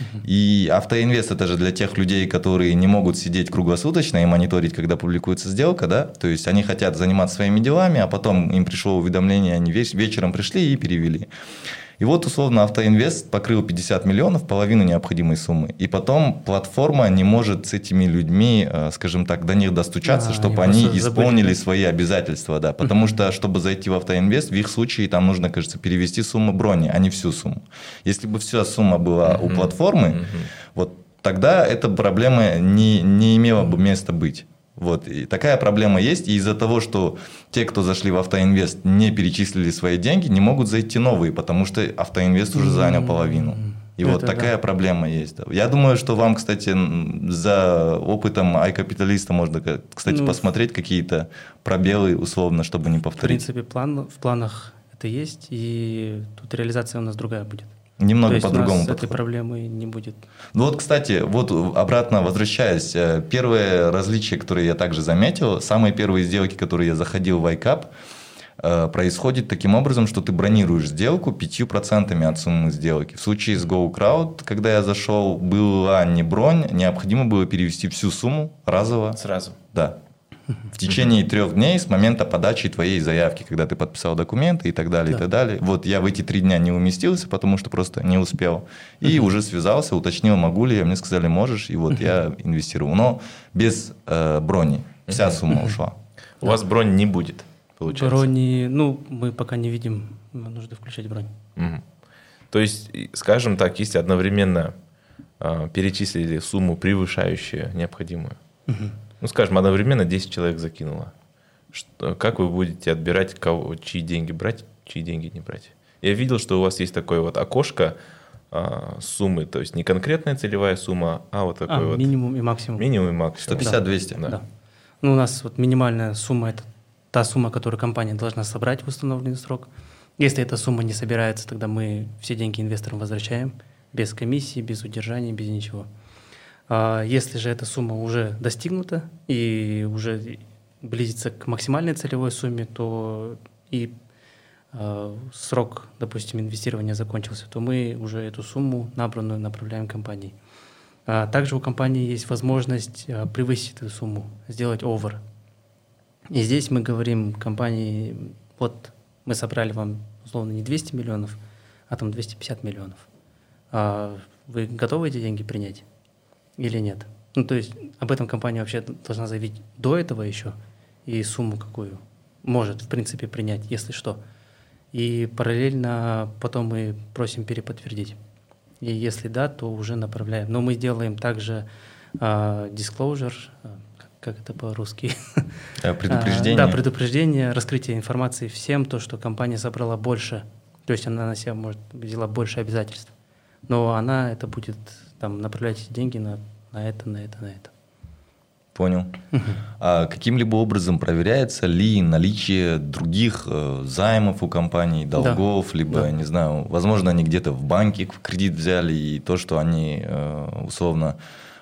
И автоинвест это же для тех людей, которые не могут сидеть круглосуточно и мониторить, когда публикуется сделка, да? То есть они хотят заниматься своими делами, а потом им пришло уведомление, они весь вечером пришли и перевели. И вот условно автоинвест покрыл пятьдесят миллионов, половину необходимой суммы. И потом платформа не может с этими людьми, э, скажем так, до них достучаться,
А,
чтобы
они
они
просто
исполнили
забыли, да?
свои обязательства. Да. Потому что, чтобы зайти в автоинвест, в их случае там нужно, кажется, перевести сумму брони, а не всю сумму. Если бы вся сумма была у платформы, вот тогда эта проблема не, не имела бы места быть. Вот. И такая проблема есть, и из-за того, что те, кто зашли в автоинвест, не перечислили свои деньги, не могут зайти новые, потому что автоинвест уже занял половину. И
Это
вот
да.
такая проблема есть. Я думаю, что вам, кстати, м, за опытом айкапиталиста можно, ка- кстати,
Ну,
посмотреть какие-то пробелы условно, чтобы не
В
повторить.
принципе, план, в планах это есть, и тут реализация у нас другая будет.
Немного
То есть у
по-другому
нас этой
подход.
проблемы не будет.
Ну вот, кстати, вот обратно возвращаясь, э, первое различие, которое я также заметил, самые первые сделки, которые я заходил в iCap, э, происходит таким образом, что ты бронируешь сделку пятью процентами от суммы сделки. В случае с GoCrowd, когда я зашел, была не бронь, необходимо было перевести всю сумму разово.
Сразу.
Да. В течение трех дней с момента подачи твоей заявки, когда ты подписал документы и так далее,
Да.
и так далее. Вот я в эти три дня не уместился, потому что просто не успел. И уже связался, уточнил, могу ли я. Мне сказали, можешь. И вот я инвестировал. Но без э, брони. Вся сумма ушла.
У вас бронь не будет, получается.
Брони, ну, мы пока не видим, нужно включать бронь.
Мгм. То есть, и, скажем так, если одновременно а, перечислили сумму, превышающую необходимую, ну, скажем, одновременно десять человек закинуло, что, как вы будете отбирать, кого, чьи деньги брать, чьи деньги не брать? Я видел, что у вас есть такое вот окошко а, суммы, то есть не конкретная целевая сумма, а вот такой
А,
вот
минимум и максимум.
минимум и максимум.
сто пятьдесят - двести.
Да.
Да. Ну, у нас вот минимальная сумма – это та сумма, которую компания должна собрать в установленный срок. Если эта сумма не собирается, тогда мы все деньги инвесторам возвращаем без комиссии, без удержания, без ничего. А если же эта сумма уже достигнута и уже близится к максимальной целевой сумме, то и э, срок, допустим, инвестирования закончился, то мы уже эту сумму набранную направляем компании. А также у компании есть возможность э, превысить эту сумму, сделать овер. И здесь мы говорим компании, вот мы собрали вам условно не двести миллионов, а там двести пятьдесят миллионов. А вы готовы эти деньги принять или нет? Ну, то есть об этом компания вообще должна заявить до этого еще, и сумму какую может, в принципе, принять, если что. И параллельно потом мы просим переподтвердить. И если да, то уже направляем. Но мы делаем также а, disclosure, а, как, как это по-русски?
Э, Предупреждение.
А, да, предупреждение, раскрытие информации всем, то, что компания собрала больше, то есть она на себя, может, взяла больше обязательств. Но она это будет там направлять эти деньги на, на это, на это, на это.
Понял. А каким-либо образом проверяется ли наличие других э, займов у компаний, долгов,
Да.
либо,
Да.
не знаю, возможно, они где-то в банке кредит взяли, и то, что они э, условно,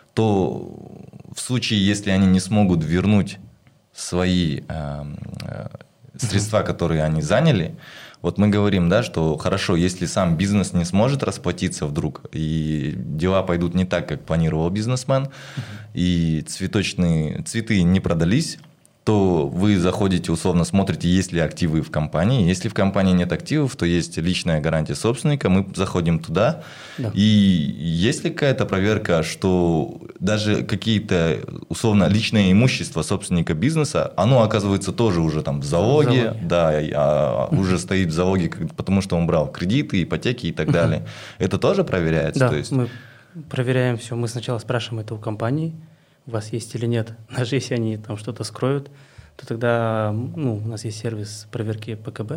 то в случае, если они не смогут вернуть свои э, э, средства, которые они заняли, вот мы говорим, да, что хорошо, если сам бизнес не сможет расплатиться вдруг, и дела пойдут не так, как планировал бизнесмен, и цветочные цветы не продались, то вы заходите, условно смотрите, есть ли активы в компании. Если в компании нет активов, то есть личная гарантия собственника. Мы заходим туда. Да. И есть ли какая-то проверка, что даже какие-то, условно, личное имущество собственника бизнеса, оно оказывается тоже уже там в залоге, в залоге. Да, а, uh-huh. уже стоит в залоге, потому что он брал кредиты, ипотеки и так uh-huh. далее. Это тоже проверяется?
Да,
то есть...
мы проверяем все. Мы сначала спрашиваем это у компании, у вас есть или нет. Даже если они там что-то скроют, то тогда ну, у нас есть сервис проверки пэ ка бэ,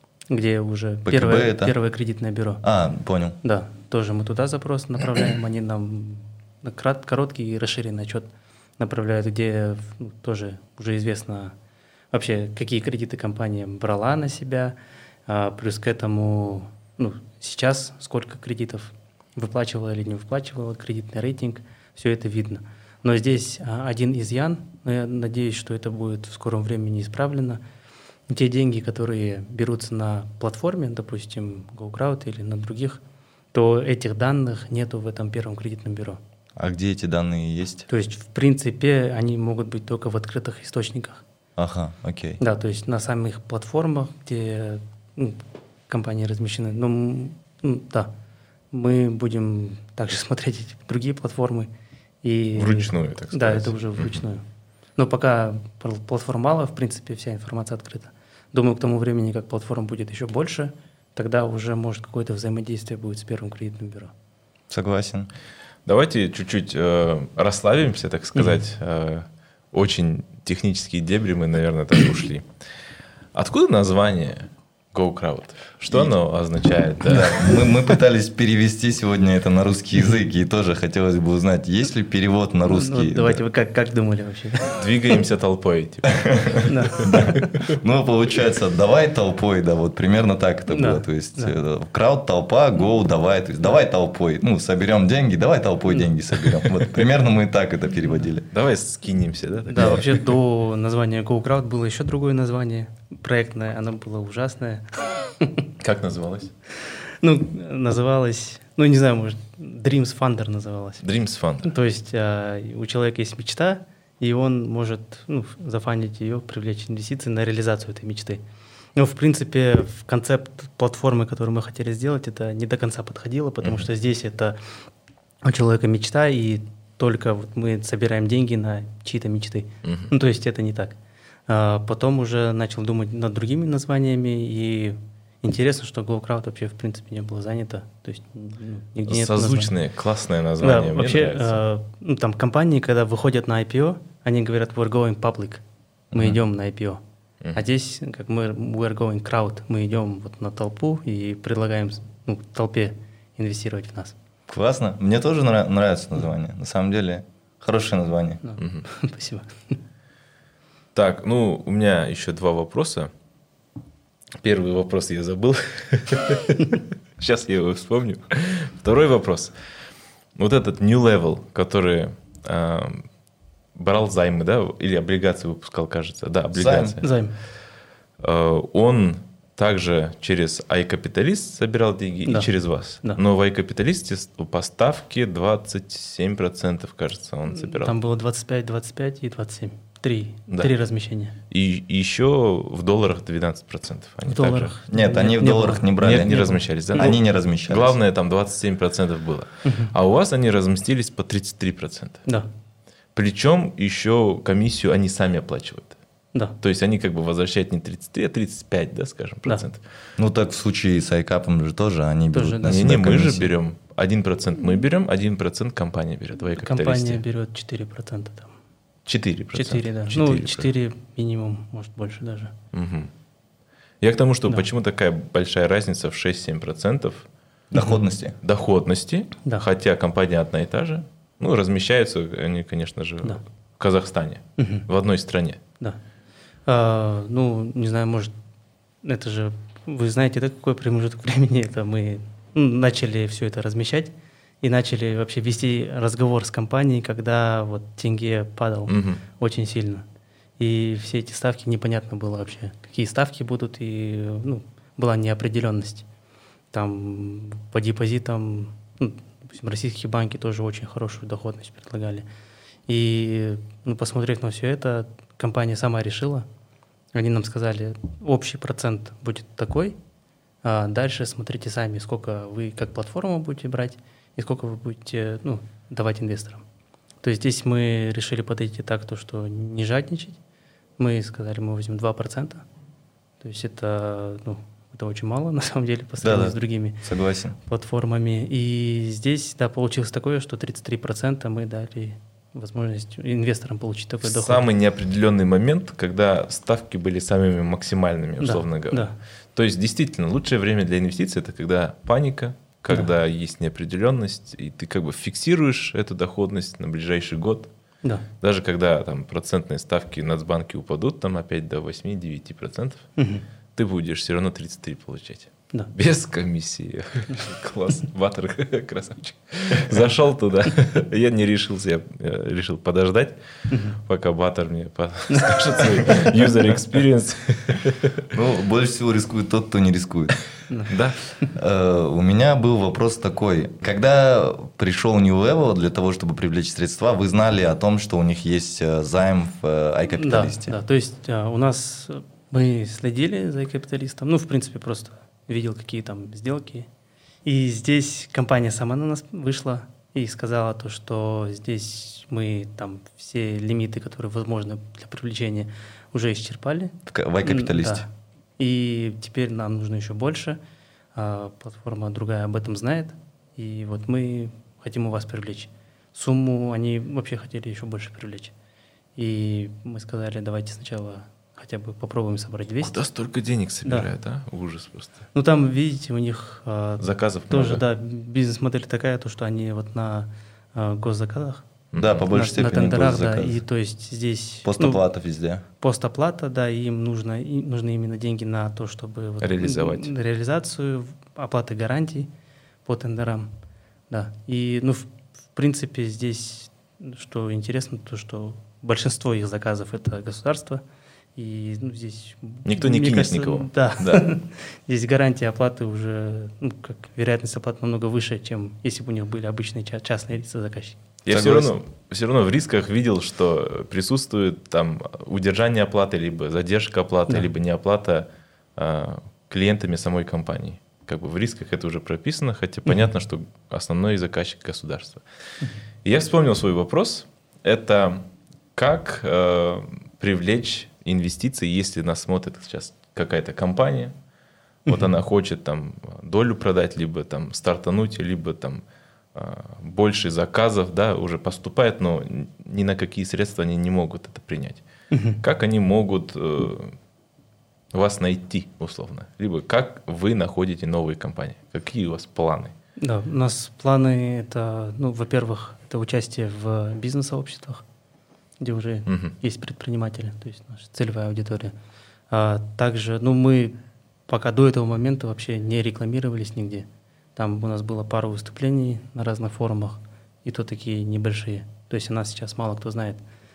где уже
пэ ка бэ
первое,
это?
первое кредитное бюро.
А, понял.
Да, тоже мы туда запрос направляем, они нам на короткий и расширенный отчет направляют, где ну, тоже уже известно вообще, какие кредиты компания брала на себя, а плюс к этому ну, сейчас сколько кредитов выплачивала или не выплачивала, кредитный рейтинг, все это видно. Но здесь один изъян, но я надеюсь, что это будет в скором времени исправлено. Те деньги, которые берутся на платформе, допустим, GoCrowd или на других, то этих данных нету в этом первом кредитном бюро.
А где эти данные есть?
То есть, в принципе, они могут быть только в открытых источниках.
Ага, окей.
Да, то есть на самих платформах, где ну, компании размещены. Ну, ну, да, мы будем также смотреть эти другие платформы. И,
вручную, так сказать.
Да, это уже вручную. Mm-hmm. Но пока платформ мало, в принципе, вся информация открыта. Думаю, к тому времени, как платформ будет еще больше, тогда уже, может, какое-то взаимодействие будет с первым кредитным бюро.
Согласен.
Давайте чуть-чуть э, расслабимся, так сказать. Mm-hmm. Э, очень технические дебри мы, наверное, так ушли. Откуда название GoCrowd? Что и... оно означает? Да?
Да, мы, мы пытались перевести сегодня это на русский язык, и тоже хотелось бы узнать, есть ли перевод на русский. Ну,
давайте,
да.
вы как, как думали вообще?
Двигаемся толпой. Типа.
Да.
Ну, получается, давай толпой, да, вот примерно так это
да.
было. То есть,
да.
крауд, толпа, go, давай. То есть, давай толпой, ну, соберем деньги, давай толпой деньги соберем. Вот примерно мы так это переводили.
Давай скинемся, да?
Да, да, вообще до названия GoCrowd было еще другое название, проектное, оно было ужасное.
Как называлось?
Ну, называлось, ну, не знаю, может, Dreams Funder называлось.
Dreams Funder.
То есть э, у человека есть мечта, и он может ну, зафандить ее, привлечь инвестиции на реализацию этой мечты. Но, в принципе, в концепт платформы, которую мы хотели сделать, это не до конца подходило, потому mm-hmm. что здесь это у человека мечта, и только вот мы собираем деньги на чьи-то мечты. Mm-hmm. Ну, то есть это не так. А потом уже начал думать над другими названиями, и интересно, что GoCrowd вообще в принципе не было занято. То есть, ну, нигде нет
созвучное,
названия.
Классное название.
Да, вообще, э, ну, там компании, когда выходят на ай пи о, они говорят we're going public, мы uh-huh. идем на ай пи о. Uh-huh. А здесь, как мы we're going crowd, мы идем вот на толпу и предлагаем ну, толпе инвестировать в нас.
Классно. Мне тоже нрав- нравится название. На самом деле, хорошее название.
Да. Uh-huh. Спасибо.
Так, ну, у меня еще два вопроса. Первый вопрос я забыл. Сейчас я его вспомню. Второй вопрос. Вот этот New Level, который э, брал займы, да, или облигации выпускал, кажется. Да, облигации.
Займ.
Э, он также через iCapitalist собирал деньги
да.
и через вас.
Да.
Но в iCapitalist по ставке двадцать семь процентов, кажется, он собирал.
Там было двадцать пять, двадцать пять и двадцать семь. Три.
Да.
Три размещения.
И, и еще в долларах двенадцать процентов.
Они в долларах?
Также... Нет, они
нет,
в долларах не брали.
Нет, не, не размещались, да?
Они не размещались.
Главное, там двадцать семь процентов было. Uh-huh. А у вас они разместились по тридцать три процента.
Да.
Причем еще комиссию они сами оплачивают.
Да.
То есть они как бы возвращают не тридцать три, а тридцать пять, да, скажем, процентов.
Да. Ну так в случае с айкапом же тоже они берут
тоже,
на
да.
себя
Не, не, мы
комиссию.
же берем один процент мы берем, один процент компания берет. В
компания берет четыре процента там.
четыре процента.
четыре, да. четыре, ну, четыре минимум, может, больше даже.
Угу. Я к тому, что
да.
почему такая большая разница в шесть-семь процентов
доходности.
Доходности,
да.
хотя компания одна и та же. Ну, размещаются они, конечно же, да. в Казахстане, угу. в одной стране.
Да. А, ну, не знаю, может, это же, вы знаете, да, какой промежуток времени это мы ну, начали все это размещать. И начали вообще вести разговор с компанией, когда вот тенге падал угу. очень сильно. И все эти ставки непонятно было вообще, какие ставки будут, и ну, была неопределенность. Там по депозитам, ну, допустим, российские банки тоже очень хорошую доходность предлагали. И ну, посмотрев на все это, компания сама решила. Они нам сказали, общий процент будет такой, а дальше смотрите сами, сколько вы как платформа будете брать и сколько вы будете ну, давать инвесторам. То есть здесь мы решили подойти так, то, что не жадничать. Мы сказали, мы возьмем два процента. То есть это, ну, это очень мало, на самом деле, по сравнению
Да, да,
с другими
согласен.
платформами. И здесь, да, получилось такое, что тридцать три процента мы дали возможность инвесторам получить такой доход.
Самый неопределенный момент, когда ставки были самыми максимальными, условно
да,
говоря.
Да.
То есть, действительно, лучшее время для инвестиций – это когда паника, когда да. есть неопределенность, и ты как бы фиксируешь эту доходность на ближайший год.
Да.
Даже когда там процентные ставки Нацбанки упадут там опять до восемь-девять процентов, угу. ты будешь все равно тридцать три процента получать.
Да.
Без комиссии. Класс. Баттер красавчик. Зашел туда. Я не решился, я решил подождать, пока Баттер мне скажет свой user experience.
Ну, больше всего рискует тот, кто не рискует.
Да.
У меня был вопрос такой. Когда пришел New Level для того, чтобы привлечь средства, вы знали о том, что у них есть займ в iCapitalist?
Да, да, то есть у нас мы следили за iCapitalist, ну, в принципе, просто видел, какие там сделки. И здесь компания сама на нас вышла и сказала то, что здесь мы там все лимиты, которые возможны для привлечения, уже исчерпали.
В iCapitalist?
Да. И теперь нам нужно еще больше. А платформа другая об этом знает. И вот мы хотим у вас привлечь. Сумму они вообще хотели еще больше привлечь. И мы сказали, давайте сначала хотя бы попробуем собрать двести.
Куда столько денег собирают, да. а? Ужас просто.
Ну, там, видите, у них
заказов
тоже,
много.
Да, бизнес-модель такая, то, что они вот на а, госзаказах.
Да, по большей
на,
степени
на тендерах,
госзаказы.
Да, и то есть здесь...
Постоплата ну, везде.
Постоплата, да, и им нужно, и нужны именно деньги на то, чтобы... Вот,
реализовать.
Реализацию, оплаты гарантий по тендерам, да. И, ну, в, в принципе, здесь, что интересно, то, что большинство их заказов – это государство. И ну, здесь...
Никто не кинет кажется, никого.
Да. да. Здесь гарантия оплаты уже, ну, как вероятность оплаты намного выше, чем если бы у них были обычные частные лица заказчики.
Я все равно, все равно в рисках видел, что присутствует там удержание оплаты, либо задержка оплаты, да. либо неоплата а, клиентами самой компании. Как бы в рисках это уже прописано, хотя mm-hmm. понятно, что основной заказчик государства. Mm-hmm. И я вспомнил свой вопрос. Это как э, привлечь инвестиции, если нас смотрит сейчас какая-то компания, mm-hmm. вот она хочет там долю продать, либо там стартануть, либо там э, больше заказов, да, уже поступает, но ни на какие средства они не могут это принять. Mm-hmm. Как они могут э, вас найти, условно? Либо как вы находите новые компании? Какие у вас планы?
Да, у нас планы, это, ну, во-первых, это участие в бизнес-сообществах, где уже uh-huh. есть предприниматели, то есть наша целевая аудитория. А также, ну, мы пока до этого момента вообще не рекламировались нигде. Там у нас было пару выступлений на разных форумах, и то такие небольшие. То есть о нас сейчас мало кто знает.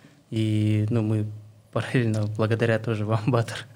И, ну, мы параллельно, благодаря тоже вам, Баттер,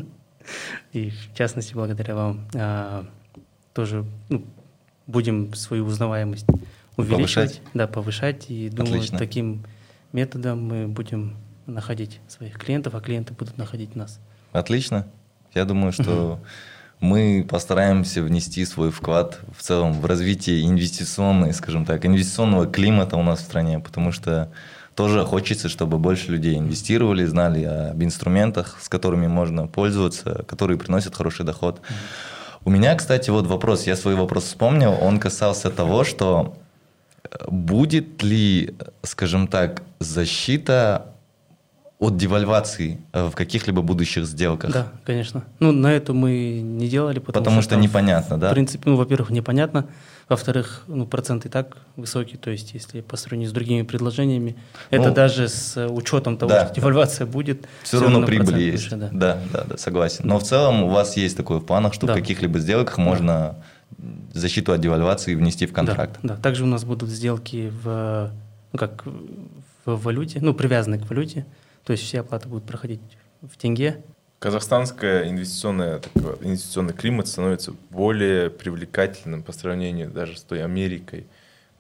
и в частности благодаря вам, а, тоже ну, будем свою узнаваемость увеличивать, повышать, да, повышать. И думаю, Отлично. Таким методом мы будем находить своих клиентов, а клиенты будут находить нас.
Отлично. Я думаю, что мы постараемся внести свой вклад в целом в развитие инвестиционной, скажем так, инвестиционного климата у нас в стране, потому что тоже хочется, чтобы больше людей инвестировали, знали об инструментах, с которыми можно пользоваться, которые приносят хороший доход. Mm-hmm. У меня, кстати, вот вопрос, я свой вопрос вспомнил, он касался того, что будет ли, скажем так, защита от девальвации в каких-либо будущих сделках?
Да, конечно. Ну, на это мы не делали, потому,
потому
что,
что непонятно, да?
В принципе, ну, во-первых, непонятно, во-вторых, ну, процент и так высокий, то есть если по сравнению с другими предложениями, ну, это даже с учетом того, да, что девальвация будет,
все, все равно, равно прибыль есть. Выше, да. Да, да, да, согласен. Но в целом у вас есть такое в планах, что да. в каких-либо сделках да. можно защиту от девальвации внести в контракт.
Да, да. Также у нас будут сделки в, ну, как в валюте, ну, привязанные к валюте, то есть все оплаты будут проходить в тенге.
Казахстанская инвестиционная, такой, инвестиционный климат становится более привлекательным по сравнению даже с той Америкой,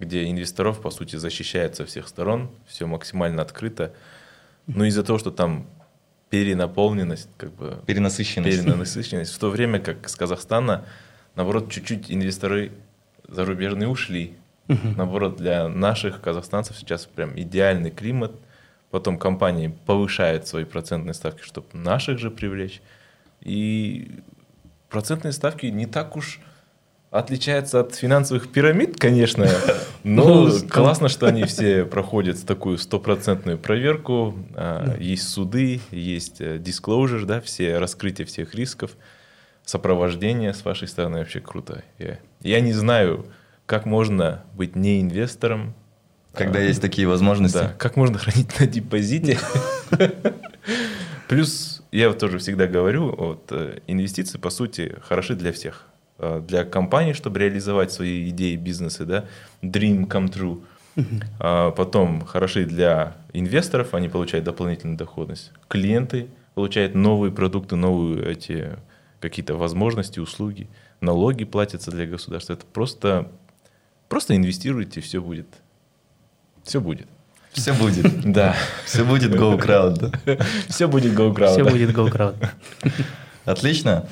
где инвесторов, по сути, защищают со всех сторон, все максимально открыто. Но из-за того, что там перенаполненность, как бы
Перенасыщенность.
перенасыщенность, в то время как с Казахстана, наоборот, чуть-чуть инвесторы зарубежные ушли. Наоборот, для наших казахстанцев сейчас прям идеальный климат. Потом компании повышают свои процентные ставки, чтобы наших же привлечь. И процентные ставки не так уж отличаются от финансовых пирамид, конечно, но классно, что они все проходят такую стопроцентную проверку. Есть суды, есть disclosure, да, все раскрытие всех рисков, сопровождение с вашей стороны вообще круто. Я, я не знаю, как можно быть не инвестором,
Когда есть такие возможности.
Да, как можно хранить на депозите. Плюс, я вот тоже всегда говорю, вот, инвестиции, по сути, хороши для всех. Для компаний, чтобы реализовать свои идеи, бизнесы, да, dream come true. А потом хороши для инвесторов, они получают дополнительную доходность. Клиенты получают новые продукты, новые эти какие-то возможности, услуги. Налоги платятся для государства. Это просто, просто инвестируйте, все будет. Все будет.
Все будет.
Да.
Все будет GoCrowd.
Все будет GoCrowd.
Все будет GoCrowd.
Отлично.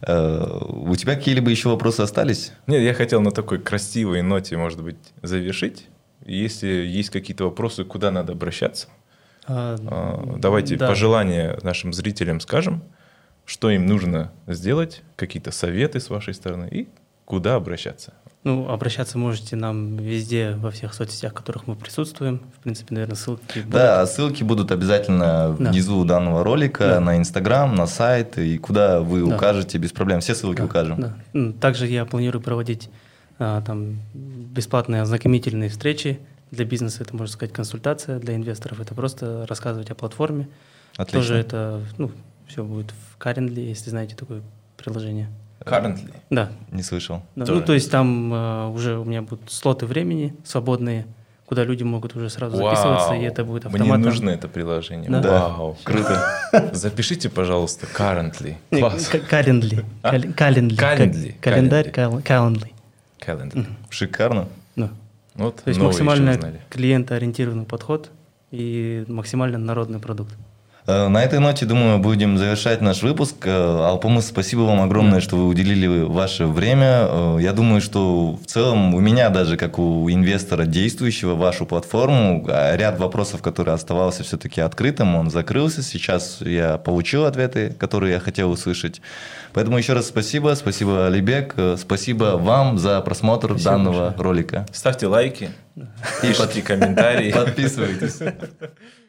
У тебя какие-либо еще вопросы остались?
Нет, я хотел на такой красивой ноте, может быть, завершить. Если есть какие-то вопросы, куда надо обращаться,
А,
давайте
да.
пожелания нашим зрителям скажем, что им нужно сделать, какие-то советы с вашей стороны и куда обращаться.
Ну, обращаться можете нам везде, во всех соцсетях, в которых мы присутствуем. В принципе, наверное, ссылки будут.
Да, ссылки будут обязательно
Да.
внизу данного ролика,
Да.
на Инстаграм, на сайт, и куда вы
Да.
укажете, без проблем. Все ссылки
Да,
укажем.
да. М, Также я планирую проводить а, там бесплатные ознакомительные встречи. Для бизнеса это, можно сказать, консультация, для инвесторов это просто рассказывать о платформе.
Отлично.
Тоже это, ну, все будет в Calendly, если знаете такое приложение.
Currently.
Да.
Не слышал.
Да,
Тоже.
ну, то есть там а, уже у меня будут слоты времени свободные, куда люди могут уже сразу записываться,
Вау.
и это будет
Мне
автоматом.
нужно это приложение.
Да.
Вау, круто. Запишите, пожалуйста, currently.
Не,
Класс.
к- Calendly.
А?
Кали- Calendly.
Calendly.
Ка- Календарь кал- Calendly.
Calendly.
Шикарно.
Да.
Вот
То есть
новое еще
максимально
узнали.
клиентоориентированный подход и максимально народный продукт.
Э, На этой ноте, думаю, будем завершать наш выпуск. Э, Алпамыс, спасибо вам огромное, что вы уделили ваше время. Э, Я думаю, что в целом у меня даже, как у инвестора, действующего в вашу платформу, а ряд вопросов, который оставался все-таки открытым, он закрылся. Сейчас я получил ответы, которые я хотел услышать. Поэтому еще раз спасибо. Спасибо, Алибек. Э, Спасибо вам за просмотр
Спасибо
данного
большое.
ролика.
Ставьте лайки, пишите комментарии.
Подписывайтесь.